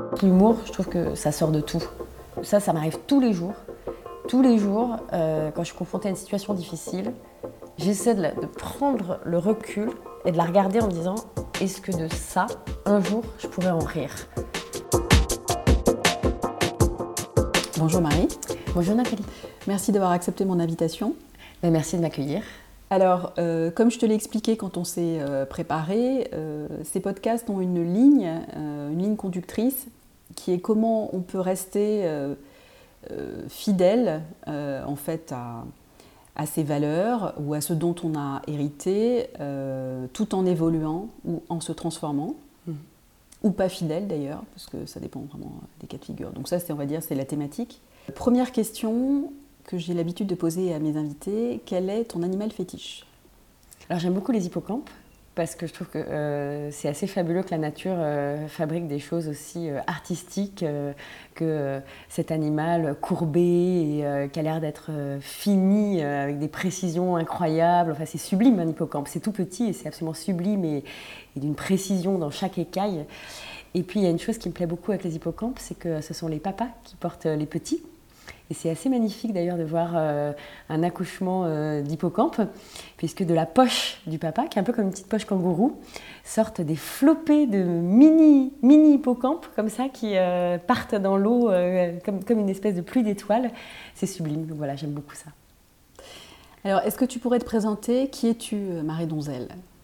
L'humour, je trouve que ça sort de tout. Ça m'arrive tous les jours. Tous les jours, quand je suis confrontée à une situation difficile, j'essaie de prendre le recul et de la regarder en me disant « Est-ce que de ça, un jour, je pourrais en rire ?» Bonjour Marie. Bonjour Nathalie. Merci d'avoir accepté mon invitation. Merci de m'accueillir. Alors, comme je te l'ai expliqué quand on s'est préparé, ces podcasts ont une ligne conductrice qui est comment on peut rester fidèle en fait à ses valeurs ou à ce dont on a hérité tout en évoluant ou en se transformant. Ou pas fidèle d'ailleurs, parce que ça dépend vraiment des cas de figure. Donc ça, on va dire, c'est la thématique. Première question que j'ai l'habitude de poser à mes invités, quel est ton animal fétiche ? Alors j'aime beaucoup les hippocampes, parce que je trouve que c'est assez fabuleux que la nature fabrique des choses aussi artistiques que cet animal courbé et qui a l'air d'être fini avec des précisions incroyables. Enfin, c'est sublime un hippocampe, c'est tout petit et c'est absolument sublime et d'une précision dans chaque écaille. Et puis il y a une chose qui me plaît beaucoup avec les hippocampes, c'est que ce sont les papas qui portent les petits. Et c'est assez magnifique d'ailleurs de voir un accouchement d'hippocampe, puisque de la poche du papa, qui est un peu comme une petite poche kangourou, sortent des flopées de mini hippocampes comme ça qui partent dans l'eau comme une espèce de pluie d'étoiles. C'est sublime, donc voilà, j'aime beaucoup ça. Alors, est-ce que tu pourrais te présenter ? Qui es-tu, Marie Donzel ?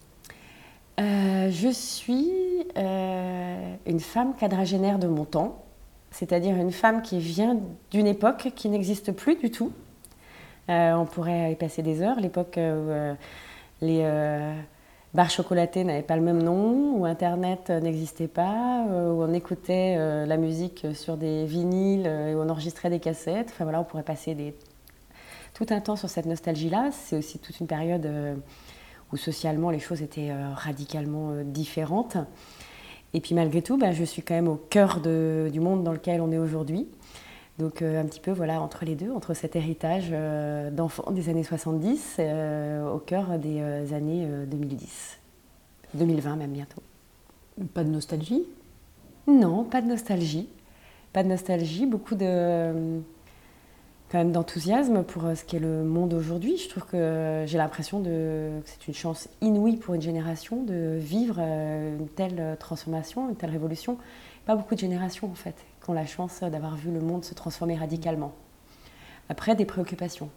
Je suis une femme quadragénaire de mon temps. C'est-à-dire une femme qui vient d'une époque qui n'existe plus du tout. On pourrait y passer des heures, l'époque où les barres chocolatées n'avaient pas le même nom, où Internet n'existait pas, où on écoutait la musique sur des vinyles et où on enregistrait des cassettes. Enfin voilà, on pourrait passer tout un temps sur cette nostalgie-là. C'est aussi toute une période où socialement les choses étaient radicalement différentes. Et puis malgré tout, je suis quand même au cœur du monde dans lequel on est aujourd'hui. Donc un petit peu voilà, entre les deux, entre cet héritage d'enfants des années 70 au cœur des années 2010. 2020 même bientôt. Pas de nostalgie ? Non, pas de nostalgie. Pas de nostalgie, beaucoup quand même d'enthousiasme pour ce qu'est le monde aujourd'hui. Je trouve que j'ai l'impression que c'est une chance inouïe pour une génération de vivre une telle transformation, une telle révolution. Pas beaucoup de générations en fait qui ont la chance d'avoir vu le monde se transformer radicalement. Après, des préoccupations,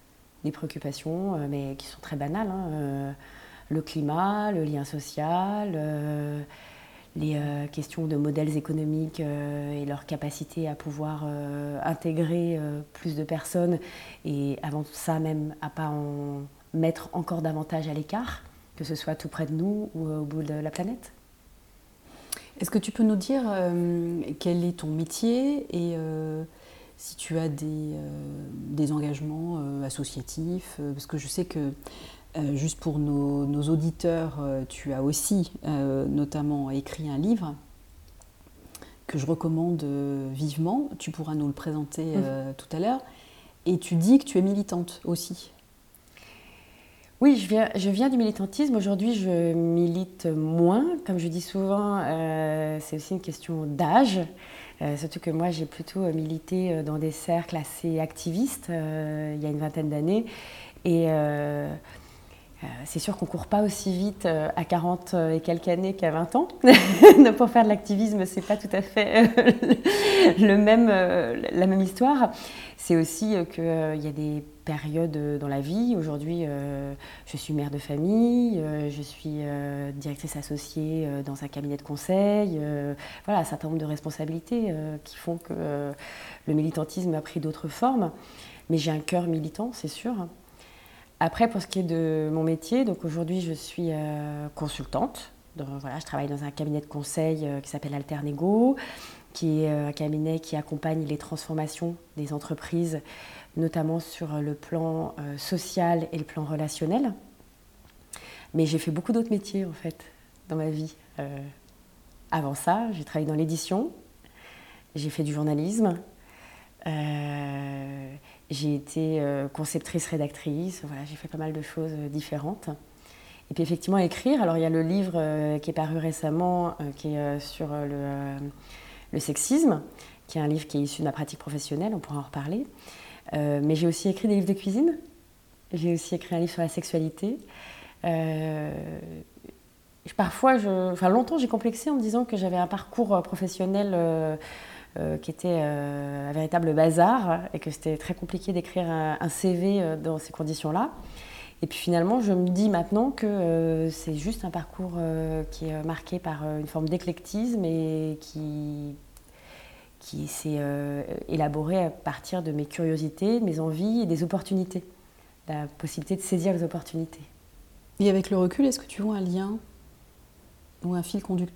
mais qui sont très banales. Le climat, le lien social, les questions de modèles économiques et leur capacité à pouvoir intégrer plus de personnes et avant ça même à ne pas en mettre encore davantage à l'écart, que ce soit tout près de nous ou au bout de la planète. Est-ce que tu peux nous dire quel est ton métier et si tu as des engagements associatifs parce que je sais que juste pour nos auditeurs, tu as aussi notamment écrit un livre que je recommande vivement. Tu pourras nous le présenter tout à l'heure. Et tu dis que tu es militante aussi. Oui, je viens du militantisme. Aujourd'hui, je milite moins. Comme je dis souvent, c'est aussi une question d'âge. Surtout que moi, j'ai plutôt milité dans des cercles assez activistes il y a une vingtaine d'années. Et c'est sûr qu'on ne court pas aussi vite à 40 et quelques années qu'à 20 ans. Pour faire de l'activisme, ce n'est pas tout à fait la même histoire. C'est aussi qu'il y a des périodes dans la vie. Aujourd'hui, je suis mère de famille, je suis directrice associée dans un cabinet de conseil. Voilà, un certain nombre de responsabilités qui font que le militantisme a pris d'autres formes. Mais j'ai un cœur militant, c'est sûr. Après, pour ce qui est de mon métier, donc aujourd'hui, je suis consultante. Donc, voilà, je travaille dans un cabinet de conseil qui s'appelle Alternego, qui est un cabinet qui accompagne les transformations des entreprises, notamment sur le plan social et le plan relationnel. Mais j'ai fait beaucoup d'autres métiers, en fait, dans ma vie. Avant ça, j'ai travaillé dans l'édition, j'ai fait du journalisme, j'ai été conceptrice, rédactrice, voilà, j'ai fait pas mal de choses différentes. Et puis effectivement écrire, alors il y a le livre qui est paru récemment, qui est sur le sexisme, qui est un livre qui est issu de ma pratique professionnelle, on pourra en reparler. Mais j'ai aussi écrit des livres de cuisine. J'ai aussi écrit un livre sur la sexualité. Longtemps, j'ai complexé en me disant que j'avais un parcours professionnel qui était un véritable bazar et que c'était très compliqué d'écrire un CV dans ces conditions-là. Et puis finalement, je me dis maintenant que c'est juste un parcours qui est marqué par une forme d'éclectisme et qui s'est élaboré à partir de mes curiosités, de mes envies et des opportunités, la possibilité de saisir les opportunités. Et avec le recul, est-ce que tu vois un lien ou un fil conducteur ?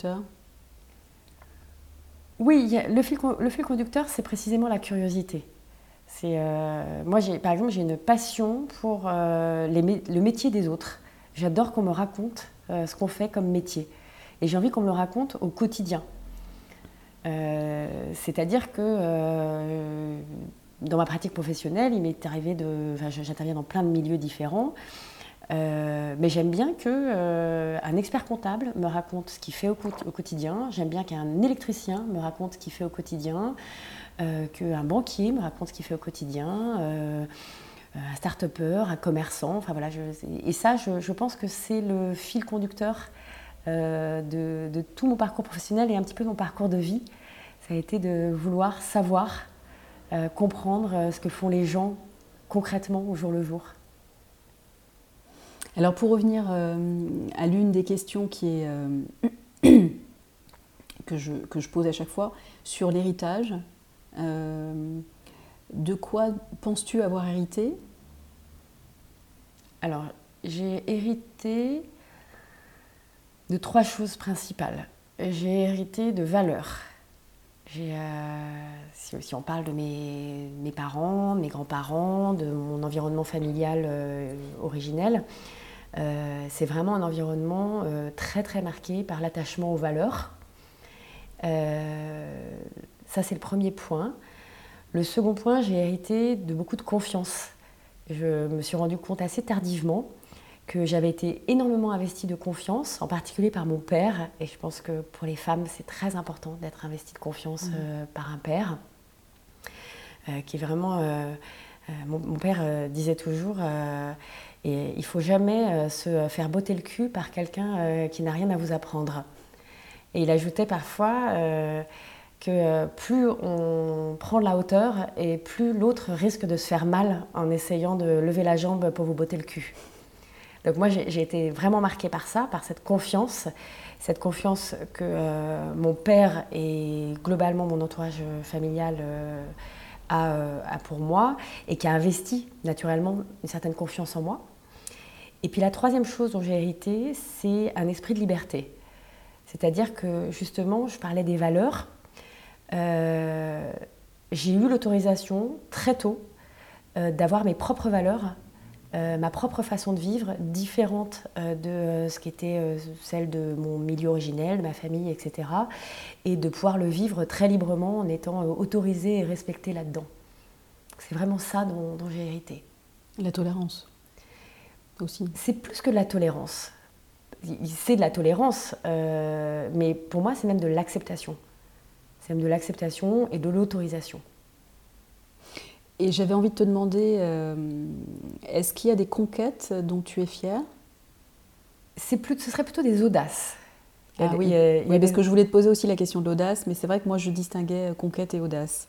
Oui, le fil conducteur, c'est précisément la curiosité. Moi, par exemple, j'ai une passion pour le métier des autres. J'adore qu'on me raconte ce qu'on fait comme métier. Et j'ai envie qu'on me le raconte au quotidien. C'est-à-dire que dans ma pratique professionnelle, il m'est arrivé j'interviens dans plein de milieux différents. Mais j'aime bien qu'un expert comptable me raconte ce qu'il fait au quotidien. J'aime bien qu'un électricien me raconte ce qu'il fait au quotidien. Qu'un banquier me raconte ce qu'il fait au quotidien. Un start-upper, un commerçant. Enfin, voilà, je pense que c'est le fil conducteur de tout mon parcours professionnel et un petit peu de mon parcours de vie. Ça a été de vouloir savoir, comprendre ce que font les gens concrètement au jour le jour. Alors pour revenir à l'une des questions qui est que je pose à chaque fois, sur l'héritage, de quoi penses-tu avoir hérité ? Alors, j'ai hérité de 3 choses principales. J'ai hérité de valeurs. Si on parle de mes parents, mes grands-parents, de mon environnement familial originel, c'est vraiment un environnement très très marqué par l'attachement aux valeurs. Ça, c'est le premier point. Le second point, j'ai hérité de beaucoup de confiance. Je me suis rendu compte assez tardivement que j'avais été énormément investie de confiance, en particulier par mon père. Et je pense que pour les femmes, c'est très important d'être investie de confiance par un père, qui est vraiment... mon père disait toujours et il ne faut jamais se faire botter le cul par quelqu'un qui n'a rien à vous apprendre. Et il ajoutait parfois que plus on prend de la hauteur et plus l'autre risque de se faire mal en essayant de lever la jambe pour vous botter le cul. Donc moi, j'ai été vraiment marquée par ça, par cette confiance que mon père et globalement mon entourage familial a pour moi et qui a investi naturellement une certaine confiance en moi. Et puis la troisième chose dont j'ai hérité, c'est un esprit de liberté. C'est-à-dire que justement, je parlais des valeurs. J'ai eu l'autorisation très tôt d'avoir mes propres valeurs, ma propre façon de vivre, différente de ce qui était celle de mon milieu originel, de ma famille, etc. Et de pouvoir le vivre très librement en étant autorisée et respectée là-dedans. C'est vraiment ça dont j'ai hérité. La tolérance aussi. C'est plus que de la tolérance. C'est de la tolérance, mais pour moi, c'est même de l'acceptation. C'est même de l'acceptation et de l'autorisation. Et j'avais envie de te demander, est-ce qu'il y a des conquêtes dont tu es fière ? Ce serait plutôt des audaces. Oui, parce que je voulais te poser aussi la question de l'audace, mais c'est vrai que moi je distinguais conquête et audace.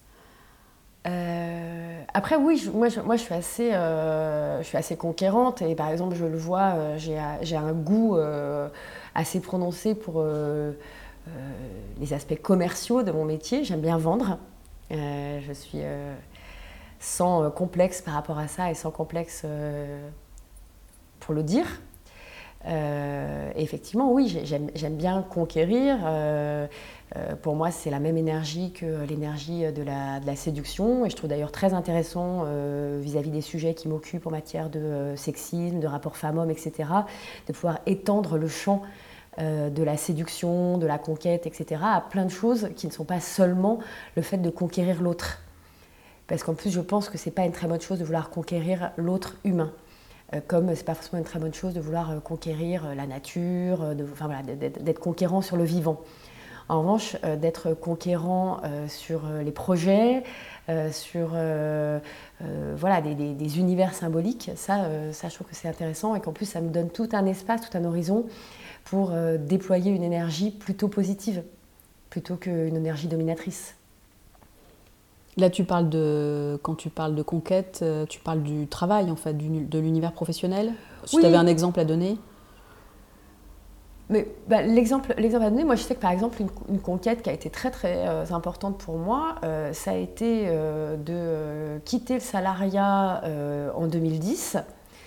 Après oui, moi je suis assez conquérante et par exemple je le vois, j'ai un goût assez prononcé pour les aspects commerciaux de mon métier. J'aime bien vendre. Je suis sans complexe par rapport à ça et sans complexe pour le dire. Et effectivement, oui, j'aime bien conquérir. Pour moi, c'est la même énergie que l'énergie de la séduction. Et je trouve d'ailleurs très intéressant vis-à-vis des sujets qui m'occupent en matière de sexisme, de rapport femmes-hommes, etc., de pouvoir étendre le champ de la séduction, de la conquête, etc., à plein de choses qui ne sont pas seulement le fait de conquérir l'autre. Parce qu'en plus, je pense que ce n'est pas une très bonne chose de vouloir conquérir l'autre humain. Comme ce n'est pas forcément une très bonne chose de vouloir conquérir la nature, d'être conquérant sur le vivant. En revanche, d'être conquérant sur les projets, sur voilà, des univers symboliques, ça, je trouve que c'est intéressant et qu'en plus ça me donne tout un espace, tout un horizon pour déployer une énergie plutôt positive, plutôt qu'une énergie dominatrice. Là, quand tu parles de conquête, tu parles du travail, en fait, de l'univers professionnel. Si Oui, tu avais un exemple à donner. mais bah, l'exemple à donner, moi je sais que par exemple une conquête qui a été très très importante pour moi, ça a été de quitter le salariat en 2010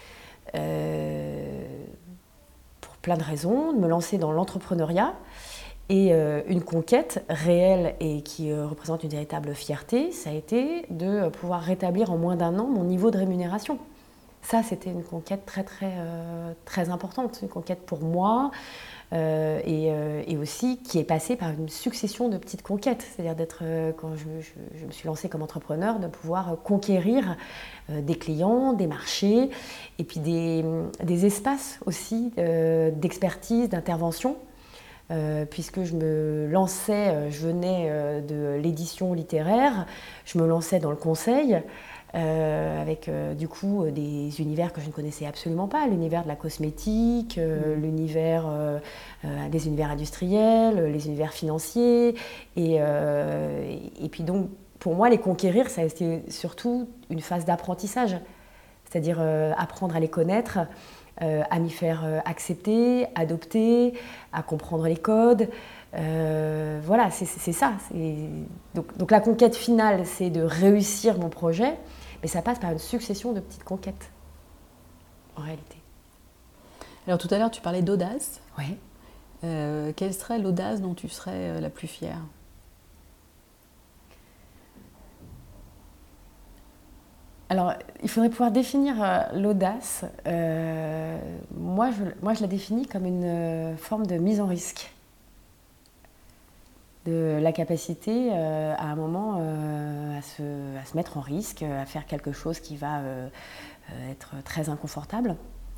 pour plein de raisons, de me lancer dans l'entrepreneuriat. Et une conquête réelle et qui représente une véritable fierté, ça a été de pouvoir rétablir en moins d'1 an mon niveau de rémunération. Ça, c'était une conquête très, très, très importante, une conquête pour moi, et aussi qui est passée par une succession de petites conquêtes. C'est-à-dire d'être, quand je me suis lancée comme entrepreneur, de pouvoir conquérir des clients, des marchés, et puis des espaces aussi d'expertise, d'intervention. Puisque je me lançais, je venais de l'édition littéraire, je me lançais dans le conseil, avec du coup des univers que je ne connaissais absolument pas, l'univers de la cosmétique, l'univers des univers industriels, les univers financiers, et puis donc pour moi les conquérir, ça a été surtout une phase d'apprentissage, c'est-à-dire apprendre à les connaître, à m'y faire accepter, adopter, à comprendre les codes. Voilà, c'est ça. Donc la conquête finale, c'est de réussir mon projet, mais ça passe par une succession de petites conquêtes, en réalité. Alors tout à l'heure, tu parlais d'audace. Ouais. Quelle serait l'audace dont tu serais la plus fière ? Alors, il faudrait pouvoir définir l'audace. Moi, je la définis comme une forme de mise en risque. De la capacité à un moment à se mettre en risque, à faire quelque chose qui va être très inconfortable.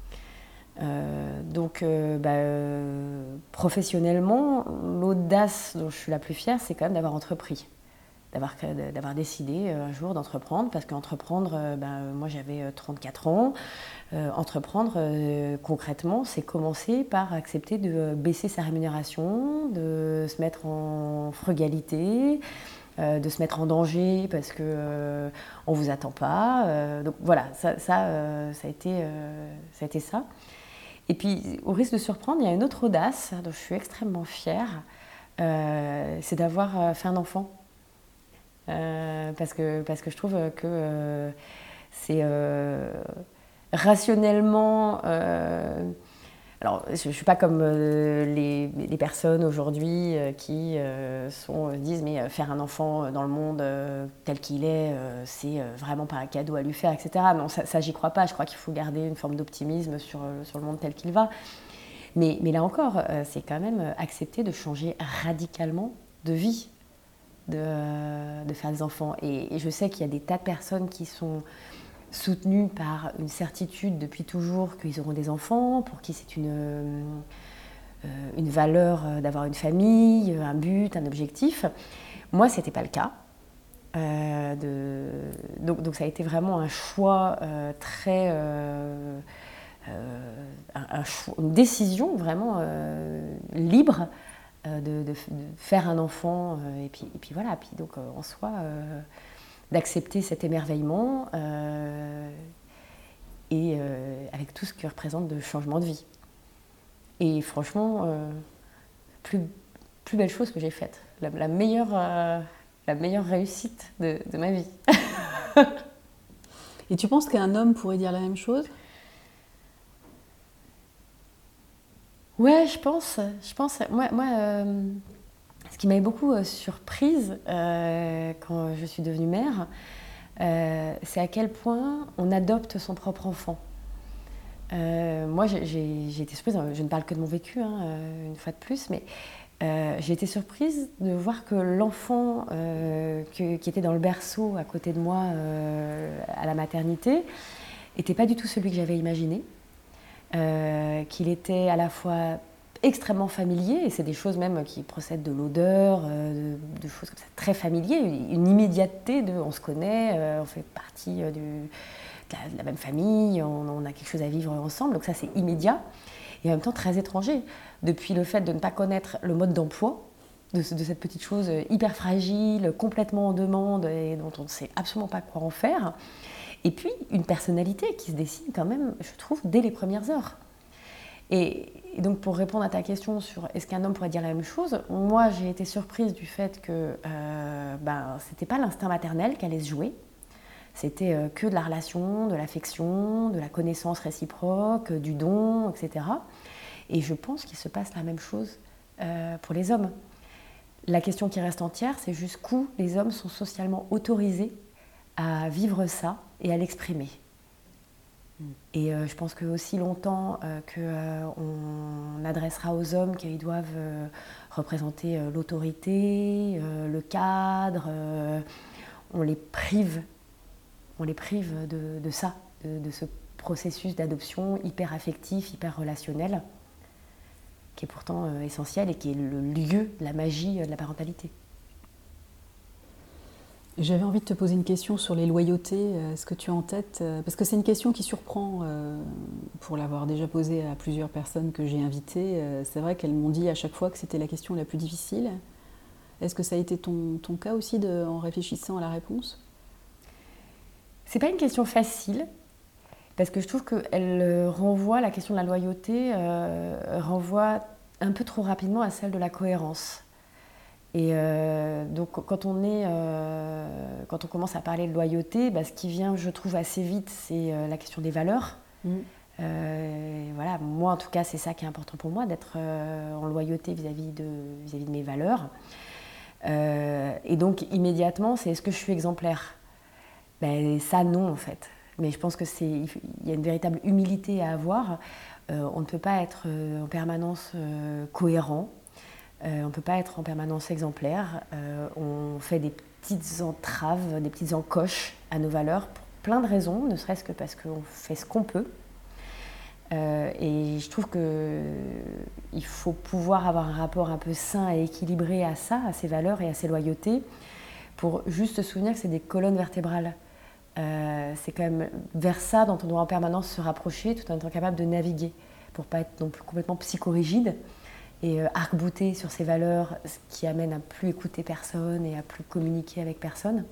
Professionnellement, l'audace dont je suis la plus fière, c'est quand même d'avoir entrepris. D'avoir décidé un jour d'entreprendre, parce qu'entreprendre, moi j'avais 34 ans. Entreprendre, concrètement, c'est commencer par accepter de baisser sa rémunération, de se mettre en frugalité, de se mettre en danger parce qu'on ne vous attend pas. Donc voilà, ça a été ça. Et puis, au risque de surprendre, il y a une autre audace dont je suis extrêmement fière, c'est d'avoir fait un enfant. Parce que je trouve que c'est rationnellement... alors, je ne suis pas comme les personnes aujourd'hui qui disent mais faire un enfant dans le monde tel qu'il est, c'est vraiment pas un cadeau à lui faire, etc. Non, ça j'y crois pas. Je crois qu'il faut garder une forme d'optimisme sur le monde tel qu'il va. Mais là encore, c'est quand même accepter de changer radicalement de vie. De faire des enfants. Et je sais qu'il y a des tas de personnes qui sont soutenues par une certitude depuis toujours qu'ils auront des enfants, pour qui c'est une valeur d'avoir une famille, un but, un objectif. Moi, ce n'était pas le cas. Donc ça a été vraiment un choix très... une décision vraiment libre de faire un enfant, et puis voilà, puis donc en soi, d'accepter cet émerveillement et avec tout ce qui représente de changement de vie. Et franchement, plus belle chose que j'ai faite, la meilleure réussite de ma vie. Et tu penses qu'un homme pourrait dire la même chose ? Ouais, je pense. Moi, ce qui m'avait beaucoup surprise quand je suis devenue mère, c'est à quel point on adopte son propre enfant. Moi, j'ai été surprise, je ne parle que de mon vécu, une fois de plus, mais j'ai été surprise de voir que l'enfant qui était dans le berceau à côté de moi à la maternité n'était pas du tout celui que j'avais imaginé. Qu'il était à la fois extrêmement familier, et c'est des choses même qui procèdent de l'odeur, de choses comme ça, très familier, une immédiateté de on se connaît, on fait partie de la même famille, on a quelque chose à vivre ensemble, donc ça c'est immédiat, et en même temps très étranger, depuis le fait de ne pas connaître le mode d'emploi, de cette petite chose hyper fragile, complètement en demande et dont on ne sait absolument pas quoi en faire. Et puis une personnalité qui se dessine quand même, je trouve, dès les premières heures. Et donc pour répondre à ta question sur est-ce qu'un homme pourrait dire la même chose, moi j'ai été surprise du fait que c'était pas l'instinct maternel qui allait se jouer, c'était que de la relation, de l'affection, de la connaissance réciproque, du don, etc. Et je pense qu'il se passe la même chose pour les hommes. La question qui reste entière, c'est jusqu'où les hommes sont socialement autorisés à vivre ça et à l'exprimer. Et je pense qu'aussi longtemps qu'on adressera aux hommes qu'ils doivent représenter l'autorité, le cadre, on les prive de ça, de ce processus d'adoption hyper affectif, hyper relationnel, qui est pourtant essentiel et qui est le lieu de la magie de la parentalité. J'avais envie de te poser une question sur les loyautés. Est-ce que tu as en tête, parce que c'est une question qui surprend, pour l'avoir déjà posée à plusieurs personnes que j'ai invitées, c'est vrai qu'elles m'ont dit à chaque fois que c'était la question la plus difficile. Est-ce que ça a été ton cas aussi en réfléchissant à la réponse ? C'est pas une question facile, parce que je trouve qu'elle renvoie, la question de la loyauté, renvoie un peu trop rapidement à celle de la cohérence. Et donc quand on commence à parler de loyauté, ce qui vient, je trouve, assez vite, c'est la question des valeurs. Voilà, moi en tout cas, c'est ça qui est important pour moi, d'être en loyauté vis-à-vis de mes valeurs. Et donc immédiatement, c'est est-ce que je suis exemplaire ? Ça, non, en fait. Mais je pense il y a une véritable humilité à avoir. On ne peut pas être en permanence cohérent. On ne peut pas être en permanence exemplaire. On fait des petites entraves, des petites encoches à nos valeurs pour plein de raisons, ne serait-ce que parce qu'on fait ce qu'on peut. Et je trouve qu'il faut pouvoir avoir un rapport un peu sain et équilibré à ça, à ces valeurs et à ces loyautés, pour juste se souvenir que c'est des colonnes vertébrales. C'est quand même vers ça dont on doit en permanence se rapprocher, tout en étant capable de naviguer, pour ne pas être non plus complètement psychorigide et arc-bouté sur ses valeurs, ce qui amène à plus écouter personne et à plus communiquer avec personne.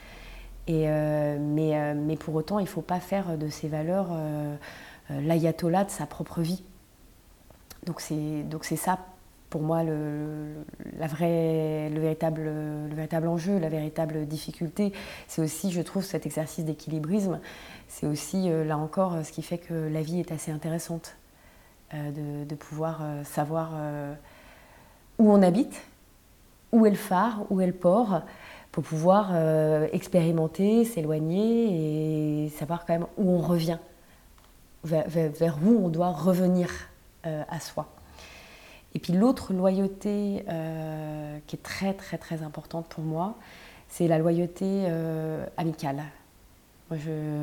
Mais pour autant, il ne faut pas faire de ces valeurs l'ayatollah de sa propre vie. Donc c'est ça, pour moi, le véritable enjeu, la véritable difficulté. C'est aussi, je trouve, cet exercice d'équilibrisme. C'est aussi, là encore, ce qui fait que la vie est assez intéressante. De pouvoir savoir où on habite, où est le phare, où est le port, pour pouvoir expérimenter, s'éloigner et savoir quand même où on revient, vers où on doit revenir à soi. Et puis l'autre loyauté qui est très très très importante pour moi, c'est la loyauté amicale. Moi,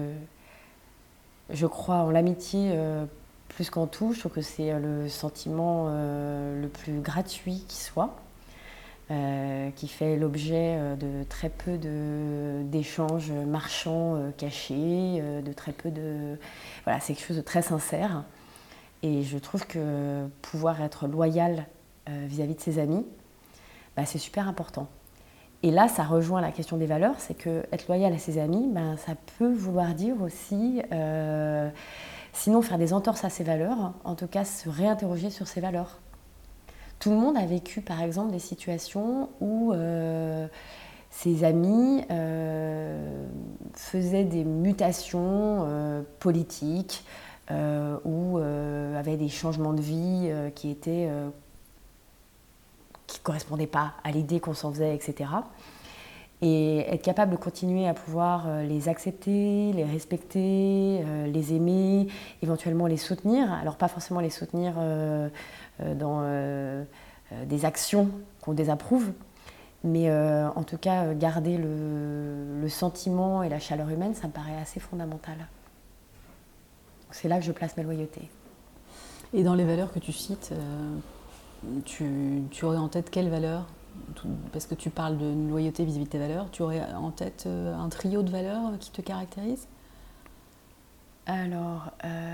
je crois en l'amitié plus qu'en tout. Je trouve que c'est le sentiment le plus gratuit qui soit, qui fait l'objet de très peu d'échanges marchands cachés, de très peu de... Voilà, c'est quelque chose de très sincère. Et je trouve que pouvoir être loyal vis-à-vis de ses amis, c'est super important. Et là, ça rejoint la question des valeurs, c'est qu'être loyal à ses amis, ça peut vouloir dire aussi... sinon, faire des entorses à ses valeurs, en tout cas se réinterroger sur ses valeurs. Tout le monde a vécu, par exemple, des situations où ses amis faisaient des mutations politiques ou avaient des changements de vie qui ne correspondaient pas à l'idée qu'on s'en faisait, etc. Et être capable de continuer à pouvoir les accepter, les respecter, les aimer, éventuellement les soutenir. Alors pas forcément les soutenir dans des actions qu'on désapprouve, mais en tout cas garder le sentiment et la chaleur humaine, ça me paraît assez fondamental. Donc c'est là que je place mes loyautés. Et dans les valeurs que tu cites, tu aurais en tête quelles valeurs? Parce que tu parles de loyauté vis-à-vis de tes valeurs. Tu aurais en tête un trio de valeurs qui te caractérisent? Alors,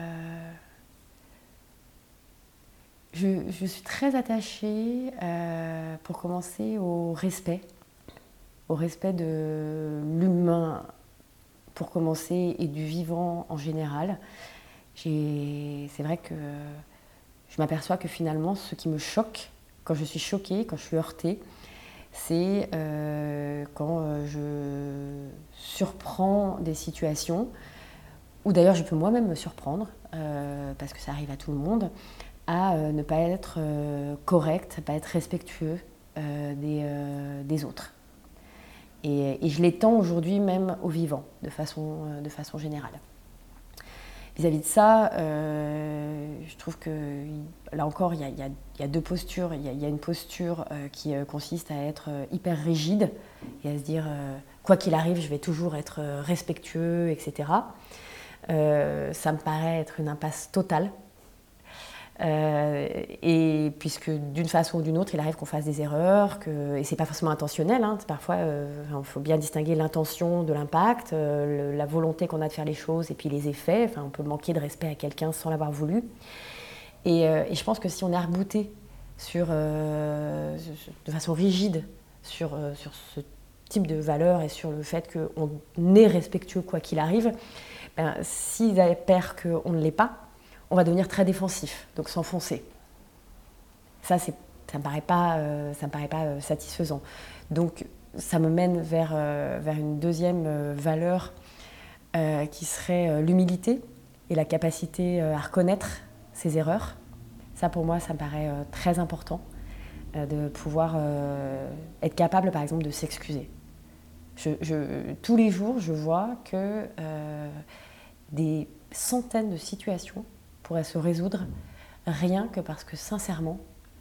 je suis très attachée, pour commencer, au respect de l'humain pour commencer et du vivant en général. C'est vrai que je m'aperçois que finalement, ce qui me choque, quand je suis choquée, quand je suis heurtée, c'est quand je surprends des situations, ou d'ailleurs je peux moi-même me surprendre, parce que ça arrive à tout le monde, à ne pas être correct, à ne pas être respectueux des autres. Et je l'étends aujourd'hui même aux vivants, de façon générale. Vis-à-vis de ça, je trouve que là encore, il y a deux postures. Il y a une posture qui consiste à être hyper rigide et à se dire quoi qu'il arrive, je vais toujours être respectueux, etc. Ça me paraît être une impasse totale. Et puisque d'une façon ou d'une autre, il arrive qu'on fasse des erreurs, et c'est pas forcément intentionnel, hein, parfois il faut bien distinguer l'intention de l'impact, la volonté qu'on a de faire les choses et puis les effets. Enfin, on peut manquer de respect à quelqu'un sans l'avoir voulu. Et je pense que si on est arc-bouté de façon rigide sur ce type de valeurs et sur le fait qu'on est respectueux quoi qu'il arrive, ben, s'il appert qu'on ne l'est pas, on va devenir très défensif, donc s'enfoncer. Ça me paraît pas satisfaisant. Donc ça me mène vers une deuxième valeur qui serait l'humilité et la capacité à reconnaître ses erreurs. Ça pour moi, ça me paraît très important de pouvoir être capable par exemple de s'excuser. Tous les jours, je vois que des centaines de situations pourraient se résoudre rien que parce que sincèrement,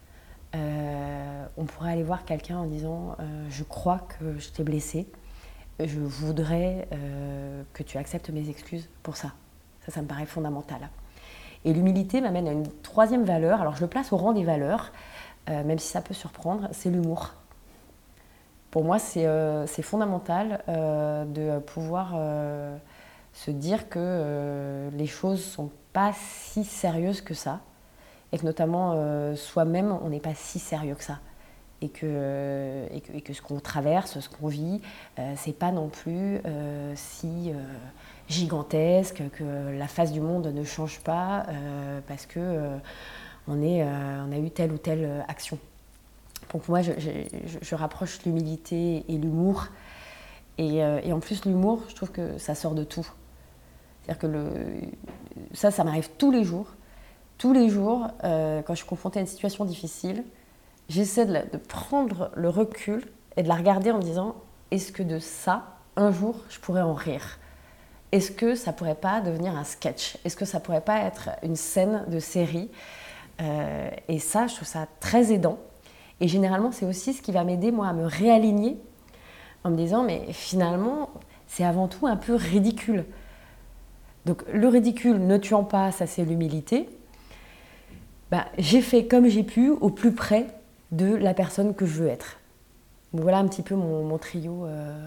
on pourrait aller voir quelqu'un en disant je crois que je t'ai blessé, je voudrais que tu acceptes mes excuses pour ça. Ça me paraît fondamental. Et l'humilité m'amène à une troisième valeur, alors je le place au rang des valeurs, même si ça peut surprendre, c'est l'humour. Pour moi, c'est fondamental de pouvoir se dire que les choses ne sont pas si sérieuses que ça, et que notamment soi-même, on n'est pas si sérieux que ça. Et que ce qu'on traverse, ce qu'on vit, c'est pas non plus si gigantesque, que la face du monde ne change pas parce que on a eu telle ou telle action. Donc moi, je rapproche l'humilité et l'humour. Et en plus, l'humour, je trouve que ça sort de tout. C'est-à-dire que ça m'arrive tous les jours. Tous les jours, quand je suis confrontée à une situation difficile, j'essaie de prendre le recul et de la regarder en me disant est-ce que de ça, un jour, je pourrais en rire? Est-ce que ça pourrait pas devenir un sketch? Est-ce que ça pourrait pas être une scène de série? Et ça, je trouve ça très aidant. Et généralement, c'est aussi ce qui va m'aider, moi, à me réaligner en me disant mais finalement, c'est avant tout un peu ridicule. Donc le ridicule ne tuant pas, ça c'est l'humilité. Bah, j'ai fait comme j'ai pu au plus près de la personne que je veux être. Donc voilà un petit peu mon trio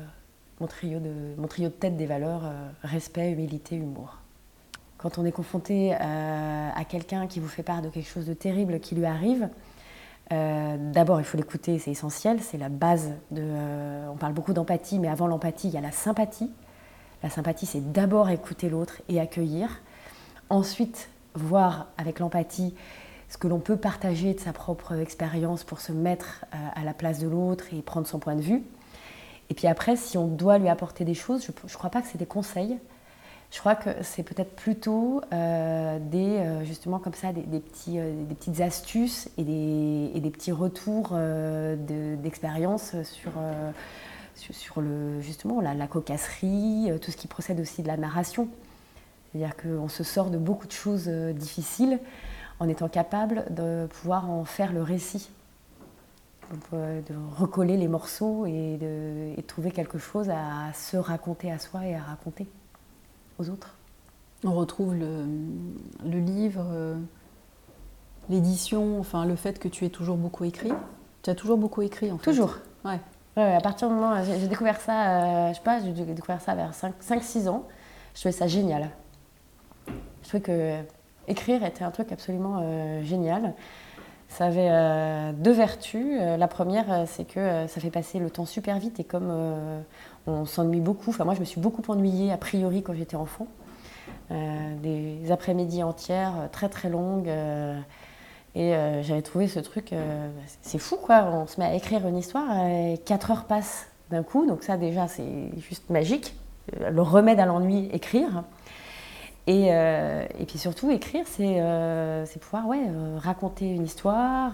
de tête des valeurs, respect, humilité, humour. Quand on est confronté à quelqu'un qui vous fait part de quelque chose de terrible qui lui arrive, d'abord il faut l'écouter, c'est essentiel, c'est la base on parle beaucoup d'empathie, mais avant l'empathie, il y a la sympathie. La sympathie, c'est d'abord écouter l'autre et accueillir. Ensuite, voir avec l'empathie ce que l'on peut partager de sa propre expérience pour se mettre à la place de l'autre et prendre son point de vue. Et puis après, si on doit lui apporter des choses, je ne crois pas que c'est des conseils. Je crois que c'est peut-être plutôt justement comme ça, des petites astuces et des petits retours d'expérience sur justement la cocasserie, tout ce qui procède aussi de la narration. C'est-à-dire qu'on se sort de beaucoup de choses difficiles en étant capable de pouvoir en faire le récit. De recoller les morceaux et de trouver quelque chose à se raconter à soi et à raconter aux autres. On retrouve le livre l'édition, enfin le fait que tu aies toujours beaucoup écrit. Tu as toujours beaucoup écrit en fait. Toujours. Ouais. Ouais, à partir du moment où j'ai découvert ça, je sais pas, j'ai découvert ça vers 5-6 ans. Je trouvais ça génial. Je trouvais que écrire était un truc absolument génial. Ça avait deux vertus. La première, c'est que ça fait passer le temps super vite et comme on s'ennuie beaucoup, enfin moi je me suis beaucoup ennuyée a priori quand j'étais enfant. Des après-midi entières très très longues. Et j'avais trouvé ce truc, c'est fou quoi, on se met à écrire une histoire et 4 heures passent d'un coup, donc ça déjà c'est juste magique, le remède à l'ennui, écrire. Et puis surtout écrire, c'est pouvoir raconter une histoire,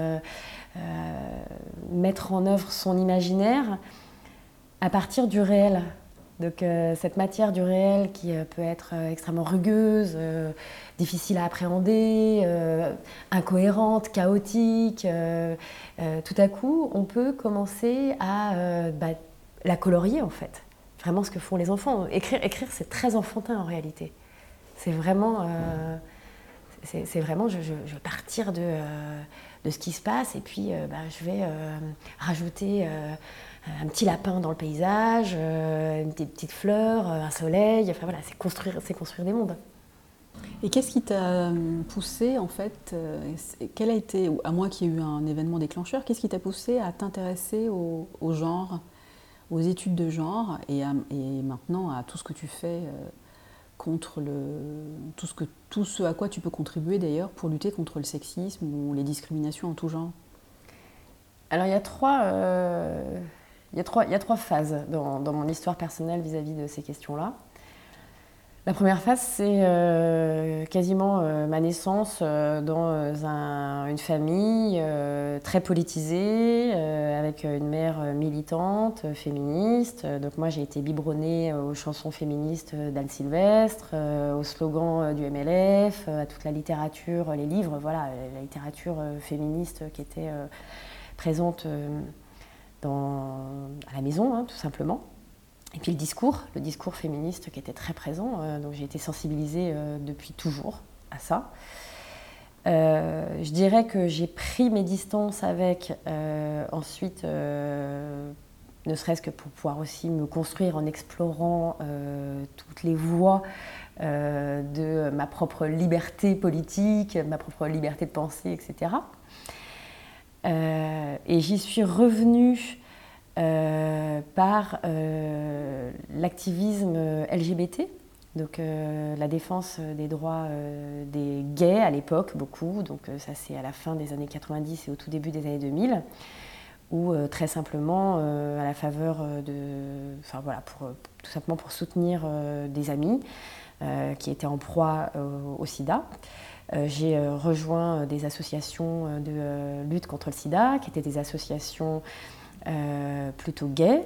mettre en œuvre son imaginaire à partir du réel. Donc cette matière du réel qui peut être extrêmement rugueuse, difficile à appréhender, incohérente, chaotique, tout à coup on peut commencer à la colorier en fait. Vraiment ce que font les enfants. Écrire c'est très enfantin en réalité. C'est vraiment, je vais partir de ce qui se passe et puis je vais rajouter un petit lapin dans le paysage, des petites fleurs, un soleil, enfin voilà, c'est construire des mondes. Et qu'est-ce qui t'a poussé en fait, quel a été, à moins qu'il y ait eu un événement déclencheur, qu'est-ce qui t'a poussé à t'intéresser au genre, aux études de genre et maintenant à tout ce que tu fais contre tout ce à quoi tu peux contribuer d'ailleurs pour lutter contre le sexisme ou les discriminations en tout genre? Alors il y a trois phases dans mon histoire personnelle vis-à-vis de ces questions-là. La première phase, c'est quasiment ma naissance dans une famille très politisée, avec une mère militante, féministe. Donc moi, j'ai été biberonnée aux chansons féministes d'Anne Sylvestre, aux slogans du MLF, à toute la littérature, les livres, voilà, la littérature féministe qui était présente à la maison, hein, tout simplement. Et puis le discours féministe qui était très présent, donc j'ai été sensibilisée depuis toujours à ça. Je dirais que j'ai pris mes distances avec ensuite, ne serait-ce que pour pouvoir aussi me construire en explorant toutes les voies de ma propre liberté politique, ma propre liberté de penser, etc. Et j'y suis revenue par l'activisme LGBT, donc la défense des droits des gays à l'époque, beaucoup, donc ça c'est à la fin des années 90 et au tout début des années 2000, où très simplement, à la faveur tout simplement pour soutenir des amis qui étaient en proie au sida, j'ai rejoint des associations de lutte contre le sida, qui étaient des associations plutôt gays,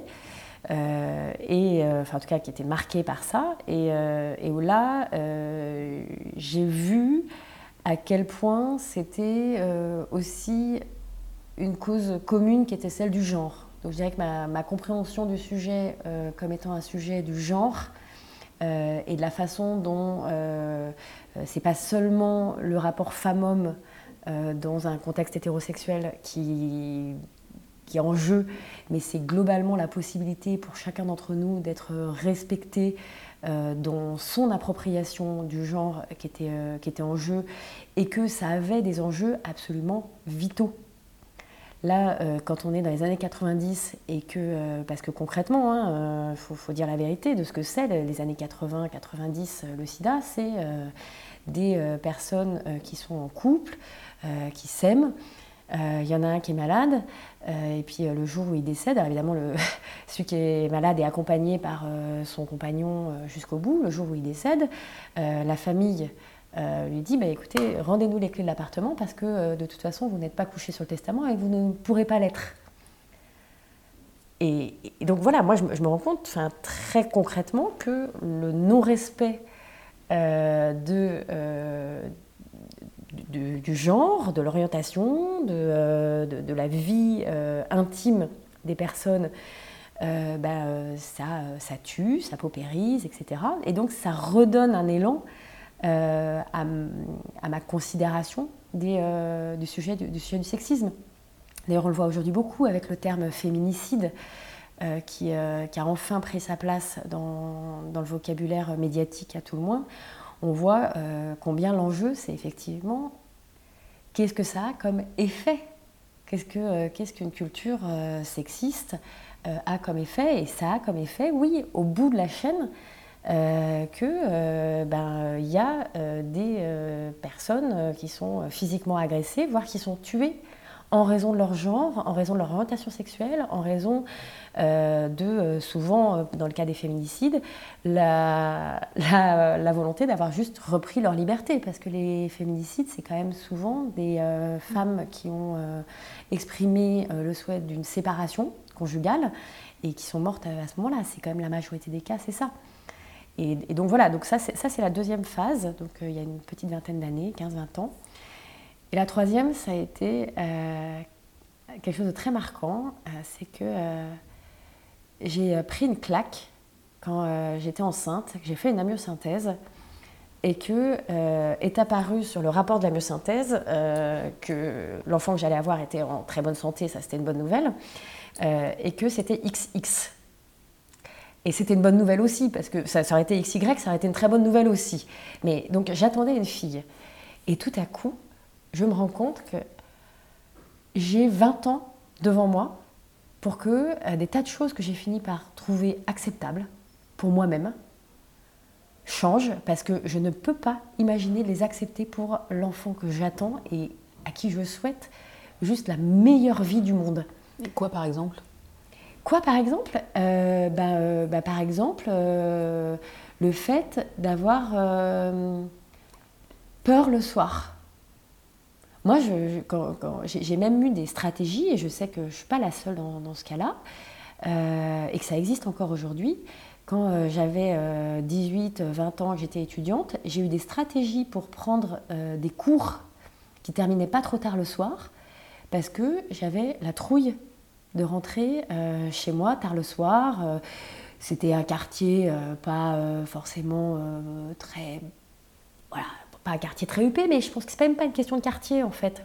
en tout cas qui étaient marquées par ça, et où là j'ai vu à quel point c'était aussi une cause commune qui était celle du genre. Donc je dirais que ma compréhension du sujet comme étant un sujet du genre et de la façon dont c'est pas seulement le rapport femme-homme dans un contexte hétérosexuel qui est en jeu, mais c'est globalement la possibilité pour chacun d'entre nous d'être respecté dans son appropriation du genre qui était en jeu, et que ça avait des enjeux absolument vitaux. Là, quand on est dans les années 90 et que, parce que concrètement, faut dire la vérité de ce que c'est les années 80-90, le sida, c'est des personnes qui sont en couple, qui s'aiment. Il y en a un qui est malade, et puis le jour où il décède, alors évidemment celui qui est malade est accompagné par son compagnon jusqu'au bout. Le jour où il décède, la famille lui dit écoutez, rendez-nous les clés de l'appartement parce que de toute façon vous n'êtes pas couché sur le testament et vous ne pourrez pas l'être. Et donc voilà, moi je me rends compte très concrètement que le non-respect du genre, de l'orientation, de la vie intime des personnes, ça tue, ça paupérise, etc. Et donc ça redonne un élan à ma considération du sujet du sexisme. D'ailleurs, on le voit aujourd'hui beaucoup avec le terme féminicide qui a enfin pris sa place dans le vocabulaire médiatique à tout le moins. On voit combien l'enjeu, c'est effectivement qu'est-ce que ça a comme effet ? Qu'est-ce qu'une culture sexiste a comme effet ? Et ça a comme effet, oui, au bout de la chaîne, que y a des personnes qui sont physiquement agressées, voire qui sont tuées en raison de leur genre, en raison de leur orientation sexuelle, en raison souvent, dans le cas des féminicides, la volonté d'avoir juste repris leur liberté. Parce que les féminicides, c'est quand même souvent des femmes qui ont exprimé le souhait d'une séparation conjugale et qui sont mortes à ce moment-là. C'est quand même la majorité des cas, c'est ça. Et donc voilà, donc ça c'est la deuxième phase, donc il y a une petite vingtaine d'années, 15-20 ans. Et la troisième, ça a été quelque chose de très marquant, c'est que j'ai pris une claque quand j'étais enceinte, que j'ai fait une amyosynthèse et que est apparu sur le rapport de l'amyosynthèse que l'enfant que j'allais avoir était en très bonne santé, ça c'était une bonne nouvelle, et que c'était XX. Et c'était une bonne nouvelle aussi, parce que ça aurait été XY, ça aurait été une très bonne nouvelle aussi. Mais donc j'attendais une fille. Et tout à coup, je me rends compte que j'ai 20 ans devant moi pour que des tas de choses que j'ai fini par trouver acceptables pour moi-même changent, parce que je ne peux pas imaginer les accepter pour l'enfant que j'attends et à qui je souhaite juste la meilleure vie du monde. Et quoi par exemple ? Quoi par exemple ? Par exemple, le fait d'avoir peur le soir. Moi, j'ai même eu des stratégies, et je sais que je ne suis pas la seule dans ce cas-là, et que ça existe encore aujourd'hui. Quand j'avais 18-20 ans, que j'étais étudiante, j'ai eu des stratégies pour prendre des cours qui ne terminaient pas trop tard le soir, parce que j'avais la trouille de rentrer chez moi tard le soir. C'était un quartier pas forcément très... Voilà, pas un quartier très huppé, mais je pense que c'est même pas une question de quartier en fait.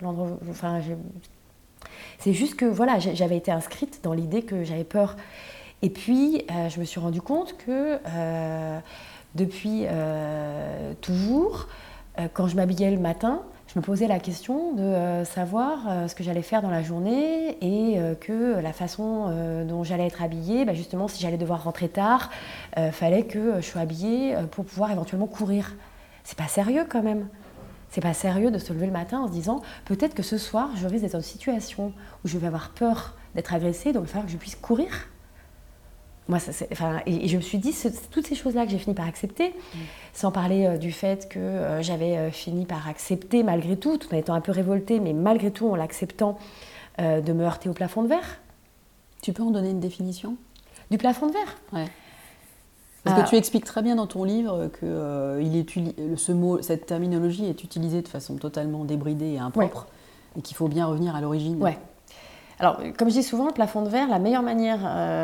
C'est juste que voilà, j'avais été inscrite dans l'idée que j'avais peur. Et puis, je me suis rendu compte que depuis toujours, quand je m'habillais le matin, je me posais la question de savoir ce que j'allais faire dans la journée et que la façon dont j'allais être habillée, justement, si j'allais devoir rentrer tard, fallait que je sois habillée pour pouvoir éventuellement courir. C'est pas sérieux quand même. C'est pas sérieux de se lever le matin en se disant peut-être que ce soir, je risque d'être dans une situation où je vais avoir peur d'être agressée, donc il va falloir que je puisse courir. Moi, et je me suis dit, c'est toutes ces choses-là que j'ai fini par accepter, sans parler du fait que j'avais fini par accepter, malgré tout en étant un peu révoltée, mais malgré tout en l'acceptant, de me heurter au plafond de verre. Tu peux en donner une définition ? Du plafond de verre ? Ouais. Parce que tu expliques très bien dans ton livre que cette terminologie est utilisée de façon totalement débridée et impropre, et qu'il faut bien revenir à l'origine. Ouais. Alors, comme je dis souvent, le plafond de verre, la meilleure manière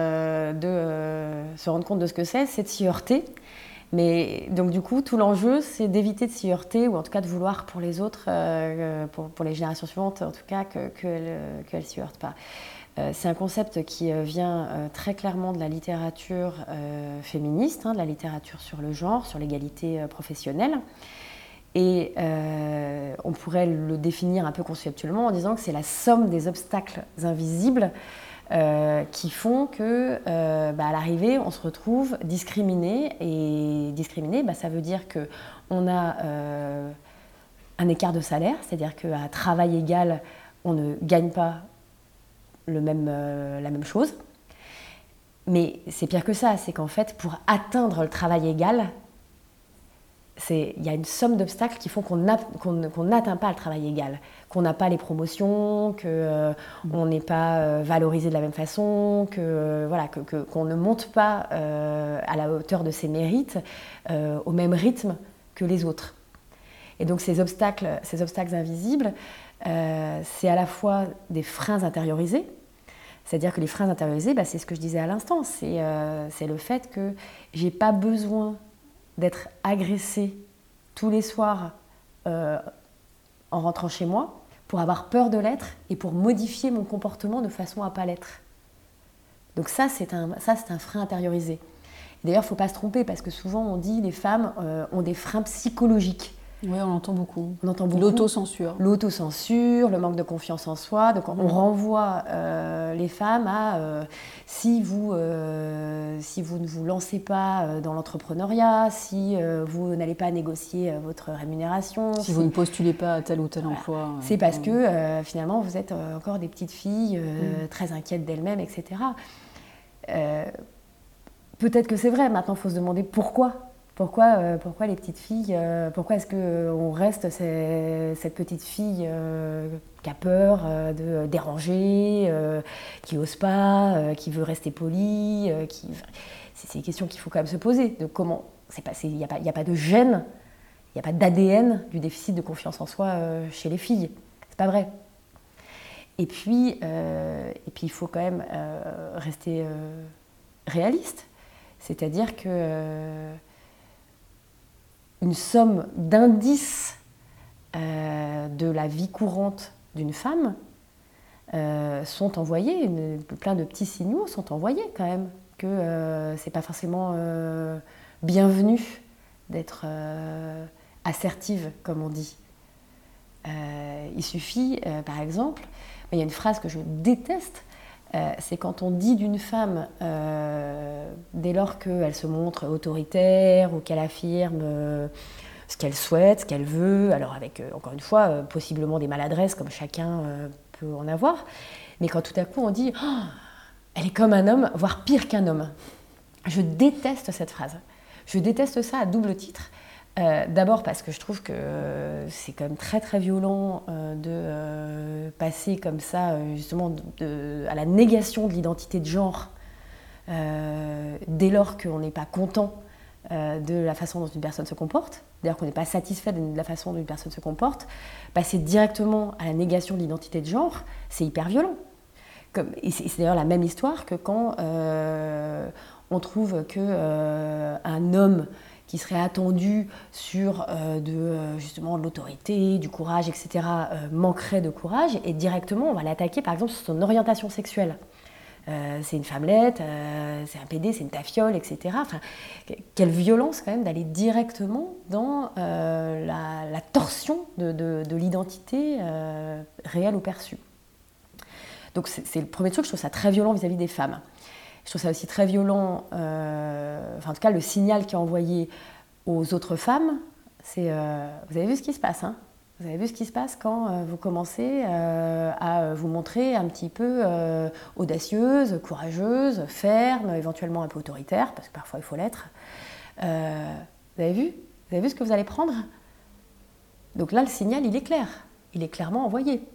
de se rendre compte de ce que c'est de s'y heurter. Mais donc du coup, tout l'enjeu, c'est d'éviter de s'y heurter, ou en tout cas de vouloir pour les autres, pour les générations suivantes, en tout cas, qu'elles ne s'y heurtent pas. C'est un concept qui vient très clairement de la littérature féministe, de la littérature sur le genre, sur l'égalité professionnelle. Et on pourrait le définir un peu conceptuellement en disant que c'est la somme des obstacles invisibles qui font que, à l'arrivée, on se retrouve discriminé. Et discriminé, ça veut dire qu'on a un écart de salaire, c'est-à-dire qu'à travail égal, on ne gagne pas la même chose. Mais c'est pire que ça, c'est qu'en fait, pour atteindre le travail égal, il y a une somme d'obstacles qui font qu'on n'atteint pas le travail égal, qu'on n'a pas les promotions, qu'on n'est pas valorisé de la même façon, qu'on ne monte pas à la hauteur de ses mérites au même rythme que les autres. Et donc ces obstacles invisibles, c'est à la fois des freins intériorisés, c'est-à-dire que les freins intériorisés, c'est ce que je disais à l'instant, c'est le fait que j'ai pas besoin d'être agressée tous les soirs en rentrant chez moi, pour avoir peur de l'être et pour modifier mon comportement de façon à ne pas l'être. Donc ça, c'est un frein intériorisé. D'ailleurs, il ne faut pas se tromper, parce que souvent on dit que les femmes ont des freins psychologiques. Oui, on entend beaucoup. On entend beaucoup. L'autocensure. L'autocensure, le manque de confiance en soi. Donc on renvoie les femmes à si vous ne vous lancez pas dans l'entrepreneuriat, si vous n'allez pas négocier votre rémunération. Si vous ne postulez pas à tel ou tel emploi. C'est parce que finalement vous êtes encore des petites filles très inquiètes d'elles-mêmes, etc. Peut-être que c'est vrai, maintenant il faut se demander pourquoi. Pourquoi les petites filles, pourquoi est-ce qu'on reste cette petite fille qui a peur de déranger, qui n'ose pas, qui veut rester polie, c'est des questions qu'il faut quand même se poser. De comment, il n'y a pas de gène, il n'y a pas d'ADN du déficit de confiance en soi chez les filles. C'est pas vrai. Et puis il faut quand même rester réaliste. C'est-à-dire que une somme d'indices de la vie courante d'une femme sont envoyés, plein de petits signaux sont envoyés quand même, que c'est pas forcément bienvenu d'être assertive, comme on dit. Il suffit, par exemple, il y a une phrase que je déteste, c'est quand on dit d'une femme, dès lors qu'elle se montre autoritaire ou qu'elle affirme ce qu'elle souhaite, ce qu'elle veut, alors avec, encore une fois, possiblement des maladresses comme chacun peut en avoir, mais quand tout à coup on dit oh, elle est comme un homme, voire pire qu'un homme. Je déteste cette phrase. Je déteste ça à double titre. D'abord parce que je trouve que c'est quand même très très violent de passer comme ça justement à la négation de l'identité de genre dès lors qu'on n'est pas content de la façon dont une personne se comporte, dès lors qu'on n'est pas satisfait de la façon dont une personne se comporte. Passer directement à la négation de l'identité de genre, c'est hyper violent. Et c'est d'ailleurs la même histoire que quand on trouve qu'un homme qui serait attendu sur justement de l'autorité, du courage, etc., manquerait de courage, et directement on va l'attaquer par exemple sur son orientation sexuelle. C'est une femmelette, c'est un PD, c'est une tafiole, etc. Enfin, quelle violence quand même d'aller directement dans la torsion de l'identité réelle ou perçue. Donc c'est le premier truc, je trouve ça très violent vis-à-vis des femmes. Je trouve ça aussi très violent, en tout cas le signal qui est envoyé aux autres femmes, c'est vous avez vu ce qui se passe, hein ? Vous avez vu ce qui se passe quand vous commencez à vous montrer un petit peu audacieuse, courageuse, ferme, éventuellement un peu autoritaire, parce que parfois il faut l'être. Vous avez vu ? Vous avez vu ce que vous allez prendre ? Donc là, le signal, il est clair. Il est clairement envoyé.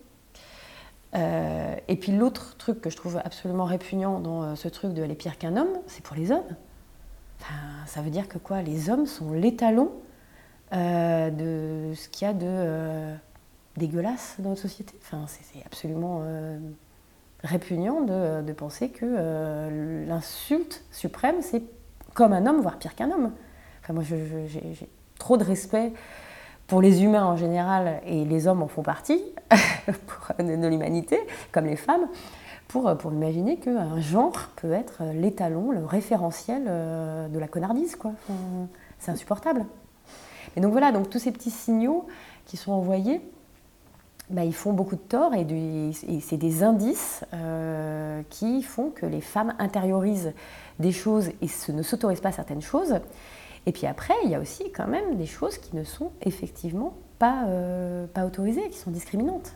Et puis l'autre truc que je trouve absolument répugnant dans ce truc de « elle est pire qu'un homme », c'est pour les hommes. Enfin, ça veut dire que quoi ? Les hommes sont l'étalon de ce qu'il y a de dégueulasse dans notre société. Enfin, c'est absolument répugnant de penser que l'insulte suprême, c'est comme un homme, voire pire qu'un homme. Enfin, moi, j'ai trop de respect pour les humains en général, et les hommes en font partie, de l'humanité, comme les femmes, pour imaginer qu'un genre peut être l'étalon, le référentiel de la connardise, quoi. Enfin, c'est insupportable. Et donc voilà, donc tous ces petits signaux qui sont envoyés, ils font beaucoup de tort, et c'est des indices qui font que les femmes intériorisent des choses et ne s'autorisent pas certaines choses. Et puis après, il y a aussi quand même des choses qui ne sont effectivement pas autorisées, qui sont discriminantes.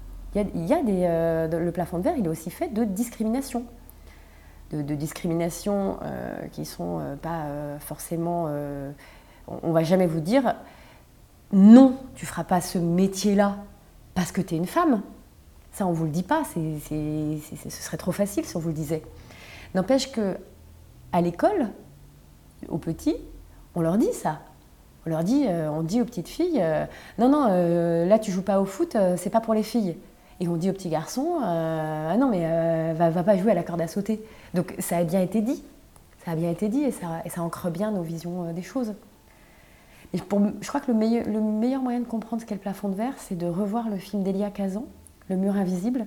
Le plafond de verre, il est aussi fait de discrimination. De discriminations qui ne sont pas forcément... on ne va jamais vous dire « Non, tu ne feras pas ce métier-là parce que tu es une femme ». Ça, on ne vous le dit pas, ce serait trop facile si on vous le disait. N'empêche qu'à l'école, aux petits, on leur dit ça. On dit aux petites filles non, là tu joues pas au foot, c'est pas pour les filles. Et on dit aux petits garçons ah non, mais va pas jouer à la corde à sauter. Donc ça a bien été dit. Ça a bien été dit, et ça ancre bien nos visions des choses. Et je crois que le meilleur moyen de comprendre ce qu'est le plafond de verre, c'est de revoir le film d'Elia Kazan, Le mur invisible.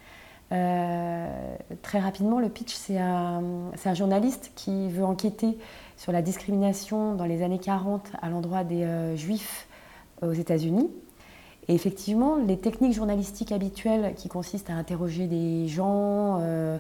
Très rapidement, le pitch, c'est un journaliste qui veut enquêter sur la discrimination dans les années 40 à l'endroit des Juifs aux États-Unis. Et effectivement, les techniques journalistiques habituelles qui consistent à interroger des gens,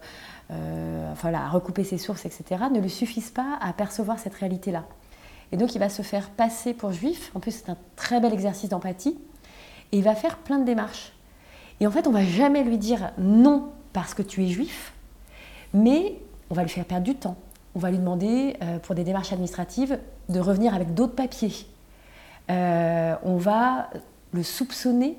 à recouper ses sources, etc., ne lui suffisent pas à percevoir cette réalité-là. Et donc, il va se faire passer pour juif. En plus, c'est un très bel exercice d'empathie. Et il va faire plein de démarches. Et en fait, on ne va jamais lui dire non parce que tu es juif, mais on va lui faire perdre du temps. On va lui demander, pour des démarches administratives, de revenir avec d'autres papiers. On va le soupçonner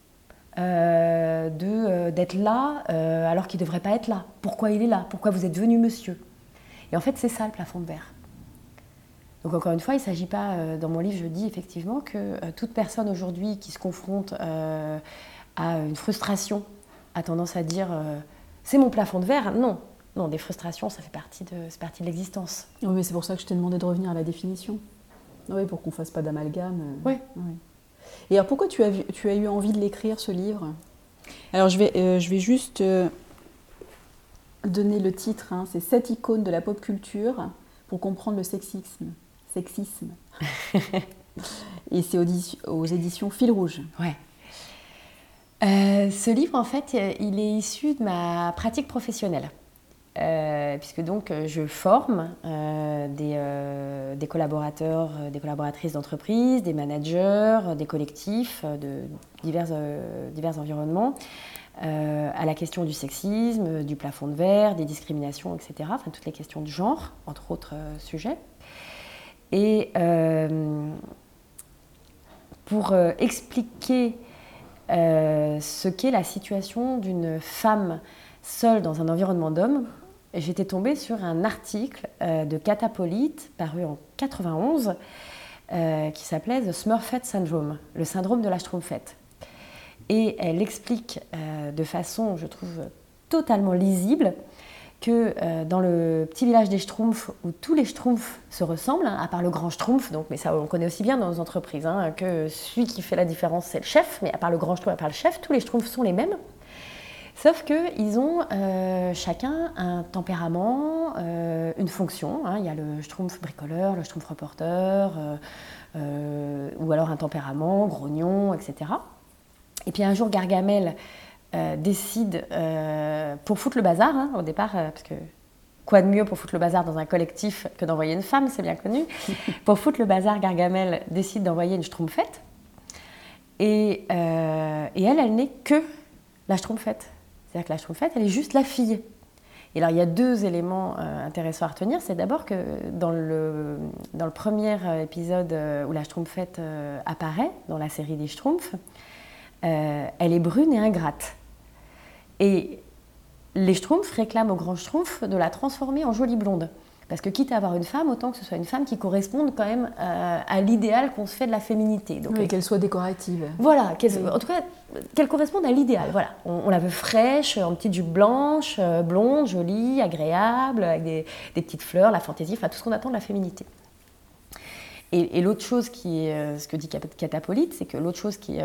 d'être là alors qu'il ne devrait pas être là. Pourquoi il est là? Pourquoi vous êtes venu, monsieur? Et en fait, c'est ça le plafond de verre. Donc encore une fois, il ne s'agit pas, dans mon livre, je dis effectivement que toute personne aujourd'hui qui se confronte à une frustration a tendance à dire c'est mon plafond de verre. Non, non, des frustrations, ça fait partie de l'existence. Oui, mais c'est pour ça que je t'ai demandé de revenir à la définition. Oui, pour qu'on ne fasse pas d'amalgame. Oui. Oui. Et alors pourquoi tu as eu envie de l'écrire, ce livre? Alors je vais juste donner le titre, hein, c'est 7 icônes de la pop culture pour comprendre le sexisme. Et c'est aux éditions Fil Rouge. Ouais. Ce livre, en fait, il est issu de ma pratique professionnelle. Puisque donc je forme des collaborateurs, des collaboratrices d'entreprise, des managers, des collectifs de divers environnements à la question du sexisme, du plafond de verre, des discriminations, etc. Enfin, toutes les questions de genre, entre autres sujets. Et pour expliquer ce qu'est la situation d'une femme seule dans un environnement d'hommes, j'étais tombée sur un article de Catapolite, paru en 91, qui s'appelait The Smurfette Syndrome, le syndrome de la Schtroumpfette. Et elle explique de façon, je trouve, totalement lisible, que dans le petit village des Schtroumpfs, où tous les Schtroumpfs se ressemblent, hein, à part le grand Schtroumpf, donc, mais ça on connaît aussi bien dans nos entreprises, hein, que celui qui fait la différence c'est le chef, mais à part le grand Schtroumpf, à part le chef, tous les Schtroumpfs sont les mêmes. Sauf qu'ils ont chacun un tempérament, une fonction. Hein. Il y a le Schtroumpf bricoleur, le Schtroumpf reporter, ou alors un tempérament, grognon, etc. Et puis un jour, Gargamel décide, pour foutre le bazar, hein, au départ, parce que quoi de mieux pour foutre le bazar dans un collectif que d'envoyer une femme, c'est bien connu. Pour foutre le bazar, Gargamel décide d'envoyer une Schtroumpfette. Et elle n'est que la Schtroumpfette. C'est-à-dire que la Schtroumpfette, elle est juste la fille. Et alors, il y a 2 éléments intéressants à retenir. C'est d'abord que dans le premier épisode où la Schtroumpfette apparaît, dans la série des Schtroumpfs, elle est brune et ingrate. Et les Schtroumpfs réclament au grand Schtroumpf de la transformer en jolie blonde. Parce que quitte à avoir une femme, autant que ce soit une femme qui corresponde quand même à l'idéal qu'on se fait de la féminité. Donc, oui, qu'elle soit décorative. Voilà, en tout cas, qu'elle corresponde à l'idéal. Voilà. On la veut fraîche, en petite jupe blanche, blonde, jolie, agréable, avec des petites fleurs, la fantaisie, enfin tout ce qu'on attend de la féminité. Et l'autre chose qui est, ce que dit Catapolite, c'est que l'autre chose qui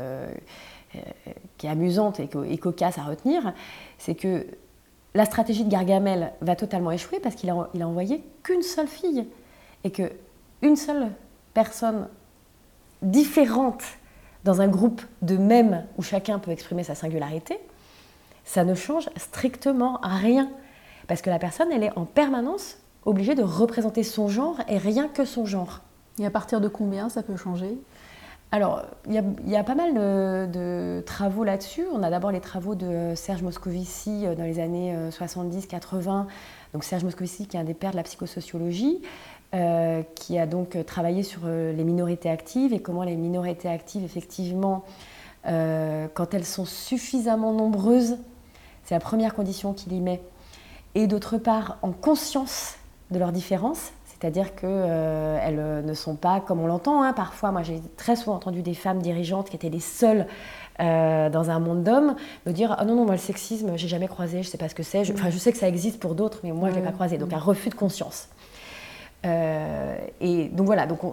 est amusante et cocasse à retenir, c'est que la stratégie de Gargamel va totalement échouer parce qu'il a envoyé qu'une seule fille. Et qu'une seule personne différente dans un groupe de mêmes où chacun peut exprimer sa singularité, ça ne change strictement rien. Parce que la personne, elle est en permanence obligée de représenter son genre et rien que son genre. Et à partir de combien ça peut changer ? Alors, il y a pas mal de travaux là-dessus. On a d'abord les travaux de Serge Moscovici dans les années 70-80. Donc Serge Moscovici, qui est un des pères de la psychosociologie, qui a donc travaillé sur les minorités actives et comment les minorités actives, effectivement, quand elles sont suffisamment nombreuses, c'est la première condition qu'il y met, et d'autre part, en conscience de leurs différences, c'est-à-dire qu'elles ne sont pas comme on l'entend. Hein. Parfois, moi j'ai très souvent entendu des femmes dirigeantes qui étaient les seules dans un monde d'hommes me dire « Ah non, non, moi le sexisme, j'ai jamais croisé, je sais pas ce que c'est. Je sais que ça existe pour d'autres, mais moi je l'ai pas croisé. » Donc un refus de conscience. Et donc voilà, donc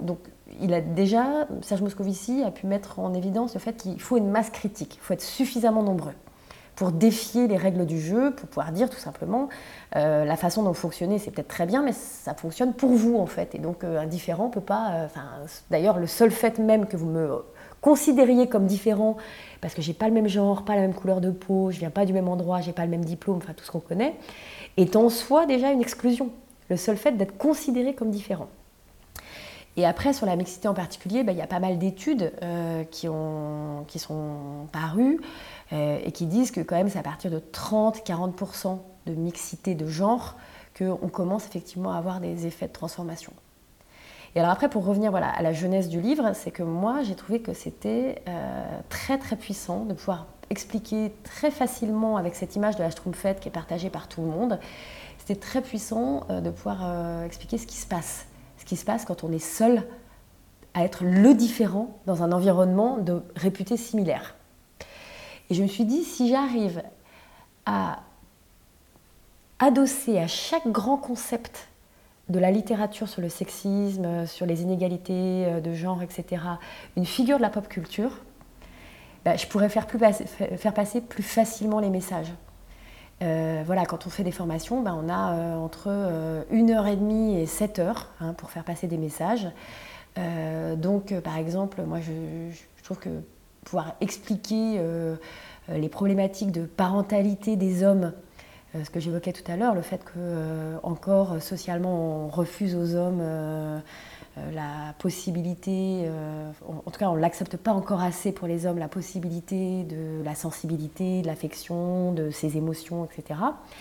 Serge Moscovici a pu mettre en évidence le fait qu'il faut une masse critique, il faut être suffisamment nombreux pour défier les règles du jeu, pour pouvoir dire tout simplement la façon dont vous fonctionnez, c'est peut-être très bien, mais ça fonctionne pour vous en fait. Et donc un différent ne peut pas... d'ailleurs, le seul fait même que vous me considériez comme différent, parce que j'ai pas le même genre, pas la même couleur de peau, je viens pas du même endroit, j'ai pas le même diplôme, enfin tout ce qu'on connaît, est en soi déjà une exclusion. Le seul fait d'être considéré comme différent. Et après, sur la mixité en particulier, il y a pas mal d'études qui sont parues et qui disent que quand même c'est à partir de 30-40% de mixité de genre qu'on commence effectivement à avoir des effets de transformation. Et alors après, pour revenir à la jeunesse du livre, c'est que moi, j'ai trouvé que c'était très très puissant de pouvoir expliquer très facilement avec cette image de la Schtroumpfette qui est partagée par tout le monde. C'était très puissant de pouvoir expliquer ce qui se passe. Ce qui se passe quand on est seul à être le différent dans un environnement réputé similaire. Et je me suis dit, si j'arrive à adosser à chaque grand concept de la littérature sur le sexisme, sur les inégalités de genre, etc., une figure de la pop culture, je pourrais faire passer plus facilement les messages. Quand on fait des formations, on a entre 1h30 et 7h pour faire passer des messages. Par exemple, moi je trouve que pouvoir expliquer les problématiques de parentalité des hommes, ce que j'évoquais tout à l'heure, le fait que encore socialement on refuse aux hommes la possibilité, en tout cas on ne l'accepte pas encore assez pour les hommes, la possibilité de la sensibilité, de l'affection, de ses émotions, etc.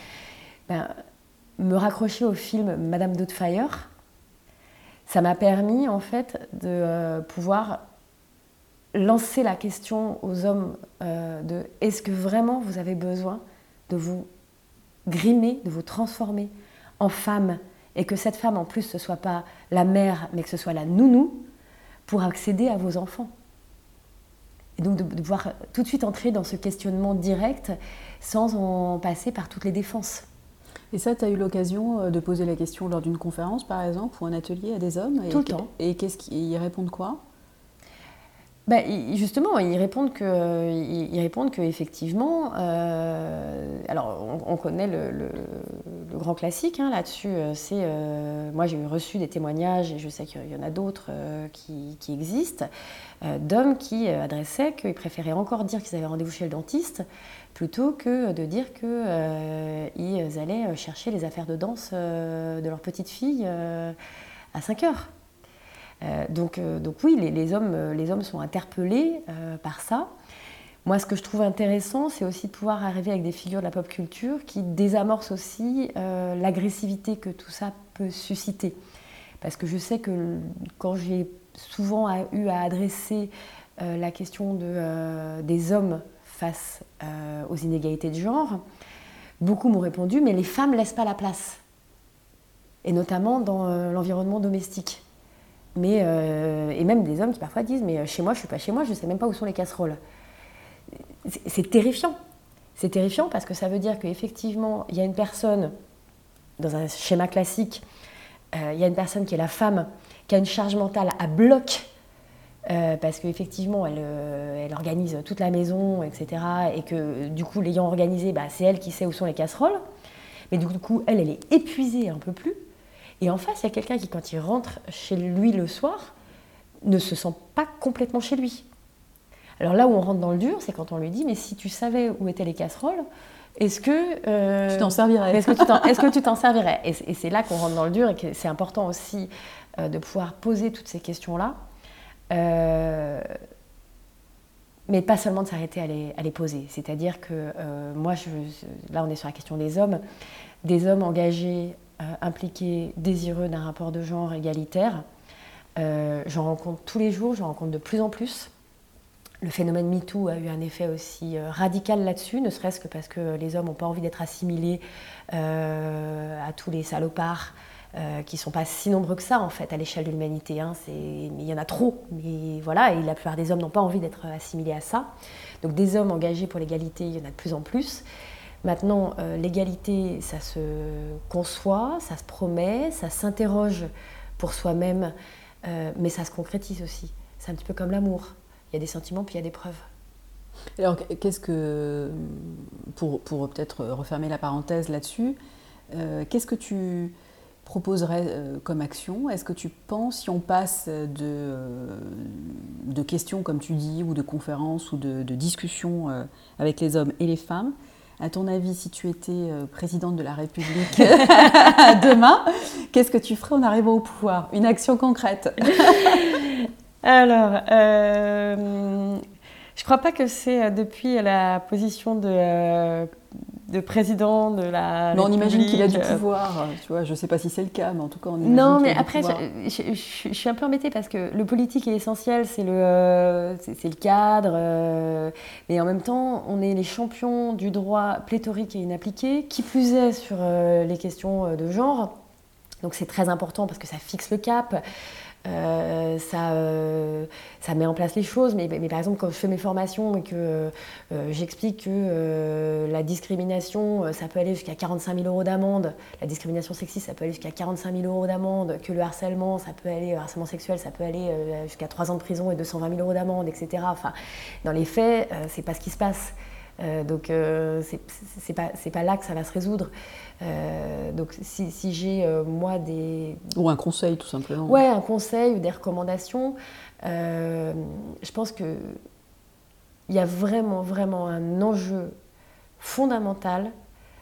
Me raccrocher au film Madame Doubtfire, ça m'a permis en fait de pouvoir lancer la question aux hommes de est-ce que vraiment vous avez besoin de vous grimer, de vous transformer en femme, et que cette femme en plus ce ne soit pas la mère mais que ce soit la nounou pour accéder à vos enfants. Et donc de pouvoir tout de suite entrer dans ce questionnement direct sans en passer par toutes les défenses. Et ça, tu as eu l'occasion de poser la question lors d'une conférence par exemple ou un atelier à des hommes? Tout le temps. Et ils répondent quoi? Justement, ils répondent que effectivement, alors on connaît le grand classique là-dessus, c'est moi j'ai reçu des témoignages et je sais qu'il y en a d'autres qui existent, d'hommes qui adressaient qu'ils préféraient encore dire qu'ils avaient rendez-vous chez le dentiste plutôt que de dire qu'ils allaient chercher les affaires de danse de leur petite fille à 5h. Donc oui, les hommes sont interpellés par ça. Moi, ce que je trouve intéressant, c'est aussi de pouvoir arriver avec des figures de la pop culture qui désamorcent aussi l'agressivité que tout ça peut susciter. Parce que je sais que quand j'ai souvent eu à adresser la question des hommes face aux inégalités de genre, beaucoup m'ont répondu « mais les femmes ne laissent pas la place ». Et notamment dans l'environnement domestique. Et même des hommes qui parfois disent « mais chez moi, je ne suis pas chez moi, je ne sais même pas où sont les casseroles ». C'est terrifiant. C'est terrifiant parce que ça veut dire qu'effectivement, il y a une personne, dans un schéma classique, il y a une personne qui est la femme, qui a une charge mentale à bloc, parce qu'effectivement, elle organise toute la maison, etc. Et que du coup, l'ayant organisée, c'est elle qui sait où sont les casseroles. Mais du coup, elle est épuisée un peu plus. Et en face, il y a quelqu'un qui, quand il rentre chez lui le soir, ne se sent pas complètement chez lui. Alors là où on rentre dans le dur, c'est quand on lui dit « mais si tu savais où étaient les casseroles, est-ce que… tu t'en servirais ?» Est-ce que tu t'en servirais ? Et c'est là qu'on rentre dans le dur et que c'est important aussi de pouvoir poser toutes ces questions-là. Mais pas seulement de s'arrêter à les poser. C'est-à-dire que moi, là on est sur la question des hommes engagés, impliqués, désireux d'un rapport de genre égalitaire. J'en rencontre tous les jours, j'en rencontre de plus en plus. Le phénomène MeToo a eu un effet aussi radical là-dessus, ne serait-ce que parce que les hommes n'ont pas envie d'être assimilés à tous les salopards qui ne sont pas si nombreux que ça en fait à l'échelle de l'humanité. Mais il y en a trop, mais voilà, et la plupart des hommes n'ont pas envie d'être assimilés à ça. Donc des hommes engagés pour l'égalité, il y en a de plus en plus. Maintenant, l'égalité, ça se conçoit, ça se promet, ça s'interroge pour soi-même mais ça se concrétise aussi. C'est un petit peu comme l'amour. Il y a des sentiments, puis il y a des preuves. Alors, qu'est-ce que, pour peut-être refermer la parenthèse là-dessus, qu'est-ce que tu proposerais comme action? Est-ce que tu penses, si on passe de questions, comme tu dis, ou de conférences, ou de discussions avec les hommes et les femmes, à ton avis, si tu étais présidente de la République demain, qu'est-ce que tu ferais en arrivant au pouvoir? Une action concrète. Alors, je crois pas que c'est depuis la position de président de la Mais on République. imagine qu'il a du pouvoir, tu vois, je sais pas si c'est le cas, mais en tout cas on imagine Non, mais qu'il a après, du pouvoir. je suis un peu embêtée parce que le politique est essentiel, c'est le cadre, mais en même temps, on est les champions du droit pléthorique et inappliqué, qui plus est sur les questions de genre. Donc c'est très important parce que ça fixe le cap. Ça met en place les choses, mais par exemple quand je fais mes formations et que j'explique que la discrimination ça peut aller jusqu'à 45 000 € d'amende, la discrimination sexiste ça peut aller jusqu'à 45 000 € d'amende, que le harcèlement ça peut aller, le harcèlement sexuel ça peut aller jusqu'à 3 ans de prison et 220 000 € d'amende, etc. Enfin, dans les faits, c'est pas ce qui se passe. Donc c'est pas là que ça va se résoudre. Donc si j'ai moi des... Ou un conseil tout simplement. Ouais, un conseil ou des recommandations, je pense qu'il y a vraiment, vraiment un enjeu fondamental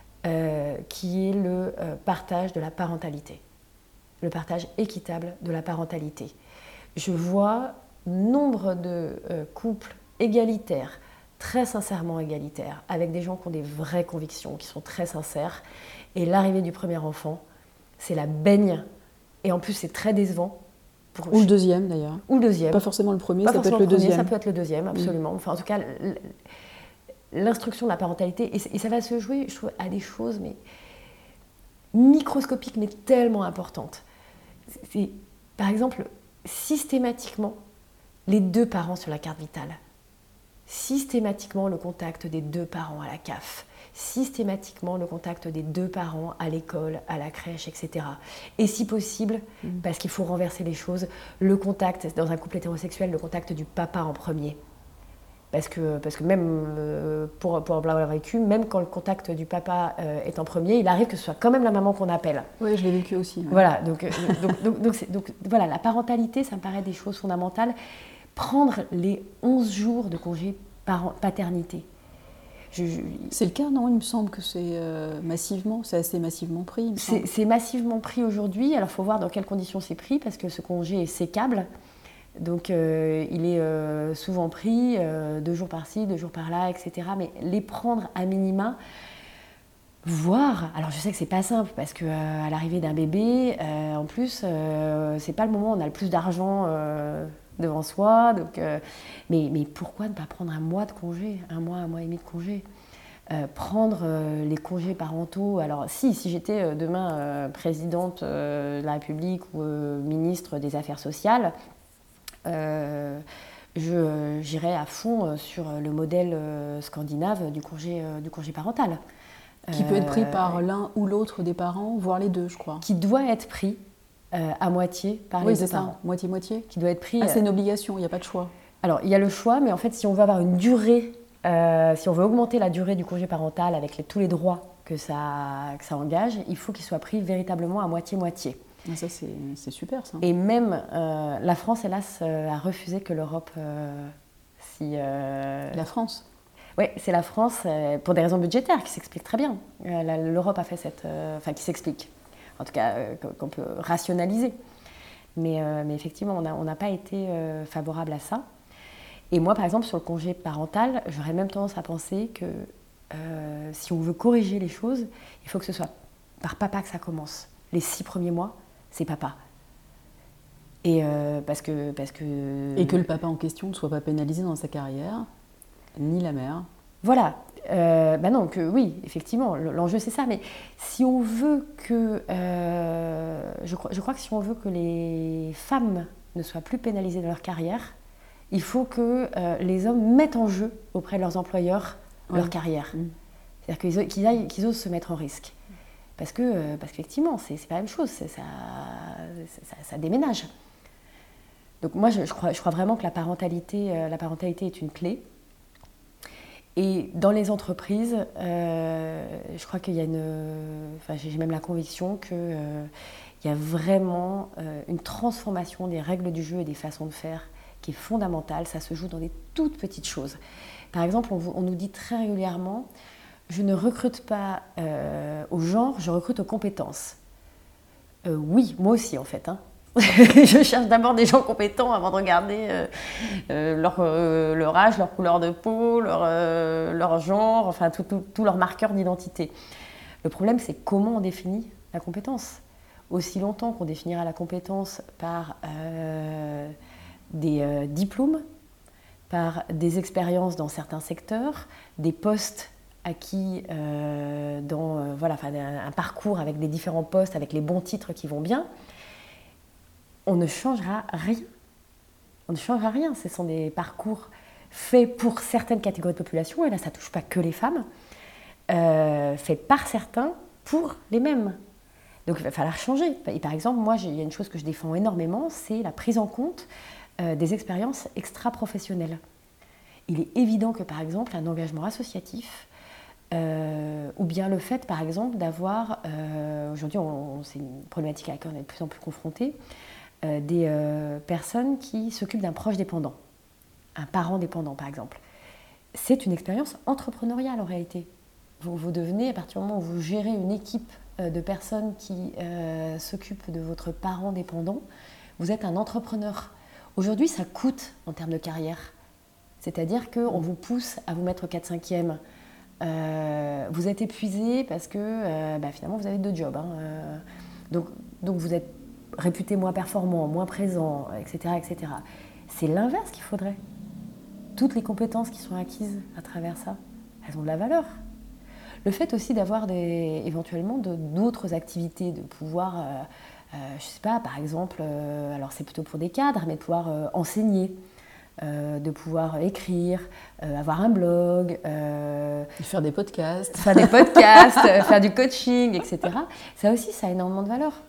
qui est le partage de la parentalité, le partage équitable de la parentalité. Je vois nombre de couples égalitaires, très sincèrement égalitaires, avec des gens qui ont des vraies convictions, qui sont très sincères, et l'arrivée du premier enfant, c'est la baigne. Et en plus, c'est très décevant. Ou le deuxième, d'ailleurs. Ou le deuxième. Pas forcément le premier, Pas ça peut forcément être le deuxième. Ça peut être le deuxième, absolument. Enfin, en tout cas, l'instruction de la parentalité, et ça va se jouer, je trouve, à des choses mais microscopiques, mais tellement importantes. C'est, par exemple, systématiquement, les deux parents sur la carte vitale. Systématiquement, le contact des deux parents à la CAF. Systématiquement le contact des deux parents à l'école, à la crèche, etc. Et si possible, parce qu'il faut renverser les choses, le contact, dans un couple hétérosexuel, le contact du papa en premier. Parce que même pour l'avoir vécu, même quand le contact du papa est en premier, il arrive que ce soit quand même la maman qu'on appelle. Oui, je l'ai vécu aussi. Ouais. Voilà, donc voilà, la parentalité, ça me paraît des choses fondamentales. Prendre les 11 jours de congé paternité. C'est le cas, non? Il me semble que c'est assez massivement pris. C'est massivement pris aujourd'hui. Alors, il faut voir dans quelles conditions c'est pris, parce que ce congé est sécable. Donc, il est souvent pris 2 jours par-ci, 2 jours par-là, etc. Mais les prendre à minima, voire... Alors, je sais que c'est pas simple, parce qu'à l'arrivée d'un bébé, en plus, c'est pas le moment où on a le plus d'argent devant soi. Donc, mais pourquoi ne pas prendre un mois de congé, un mois et demi de congé, prendre les congés parentaux. Alors si j'étais demain présidente de la République ou ministre des Affaires sociales, j'irais à fond sur le modèle scandinave du congé parental. Qui peut être pris par l'un ou l'autre des parents, voire les deux, je crois. Qui doit être pris à moitié par les deux parents. Moitié-moitié. Qui doit être pris. C'est une obligation, il n'y a pas de choix. Alors, il y a le choix, mais en fait, si on veut avoir une durée, si on veut augmenter la durée du congé parental avec tous les droits que ça engage, il faut qu'il soit pris véritablement à moitié-moitié. Ah, ça, c'est super, ça. Et même la France, hélas, a refusé que l'Europe... La France? Oui, c'est la France, pour des raisons budgétaires, qui s'expliquent très bien. L'Europe a fait qui s'explique. En tout cas, qu'on peut rationaliser. Mais effectivement, on n'a pas été favorable à ça. Et moi, par exemple, sur le congé parental, j'aurais même tendance à penser que si on veut corriger les choses, il faut que ce soit par papa que ça commence. Les 6 premiers mois, c'est papa. Et parce que... Et que le papa en question ne soit pas pénalisé dans sa carrière, ni la mère. Voilà. Non, oui, effectivement, l'enjeu c'est ça. Mais si on veut que... je crois que si on veut que les femmes ne soient plus pénalisées dans leur carrière, il faut que les hommes mettent en jeu auprès de leurs employeurs leur carrière. C'est-à-dire qu'ils osent se mettre en risque. Parce qu'effectivement, c'est pas la même chose, ça déménage. Donc moi, je crois vraiment que la parentalité est une clé. Et dans les entreprises, je crois qu'il y a j'ai même la conviction qu'il y a vraiment une transformation des règles du jeu et des façons de faire qui est fondamentale. Ça se joue dans des toutes petites choses. Par exemple, on nous dit très régulièrement, je ne recrute pas au genre, je recrute aux compétences. Oui, moi aussi en fait. Hein. Je cherche d'abord des gens compétents avant de regarder leur âge, leur couleur de peau, leur genre, enfin tous leurs marqueurs d'identité. Le problème, c'est comment on définit la compétence. Aussi longtemps qu'on définira la compétence par des diplômes, par des expériences dans certains secteurs, des postes acquis un parcours avec des différents postes, avec les bons titres qui vont bien, on ne changera rien. On ne changera rien. Ce sont des parcours faits pour certaines catégories de population, et là, ça ne touche pas que les femmes, faits par certains pour les mêmes. Donc, il va falloir changer. Et par exemple, moi, il y a une chose que je défends énormément, c'est la prise en compte des expériences extra-professionnelles. Il est évident que, par exemple, un engagement associatif, ou bien le fait, par exemple, d'avoir, aujourd'hui, c'est une problématique à laquelle on est de plus en plus confrontés, des personnes qui s'occupent d'un proche dépendant, un parent dépendant par exemple. C'est une expérience entrepreneuriale en réalité. Vous devenez, à partir du moment où vous gérez une équipe de personnes qui s'occupent de votre parent dépendant, vous êtes un entrepreneur. Aujourd'hui, ça coûte en termes de carrière. C'est-à-dire qu'on vous pousse à vous mettre au 4/5e. Vous êtes épuisé parce que finalement vous avez 2 jobs. Hein. Donc vous êtes réputé moins performant, moins présent, etc., etc. C'est l'inverse qu'il faudrait. Toutes les compétences qui sont acquises à travers ça, elles ont de la valeur. Le fait aussi d'avoir éventuellement d'autres activités, de pouvoir, je ne sais pas, par exemple, alors c'est plutôt pour des cadres, mais de pouvoir enseigner, de pouvoir écrire, avoir un blog, faire des podcasts, faire du coaching, etc. Ça aussi, ça a énormément de valeur.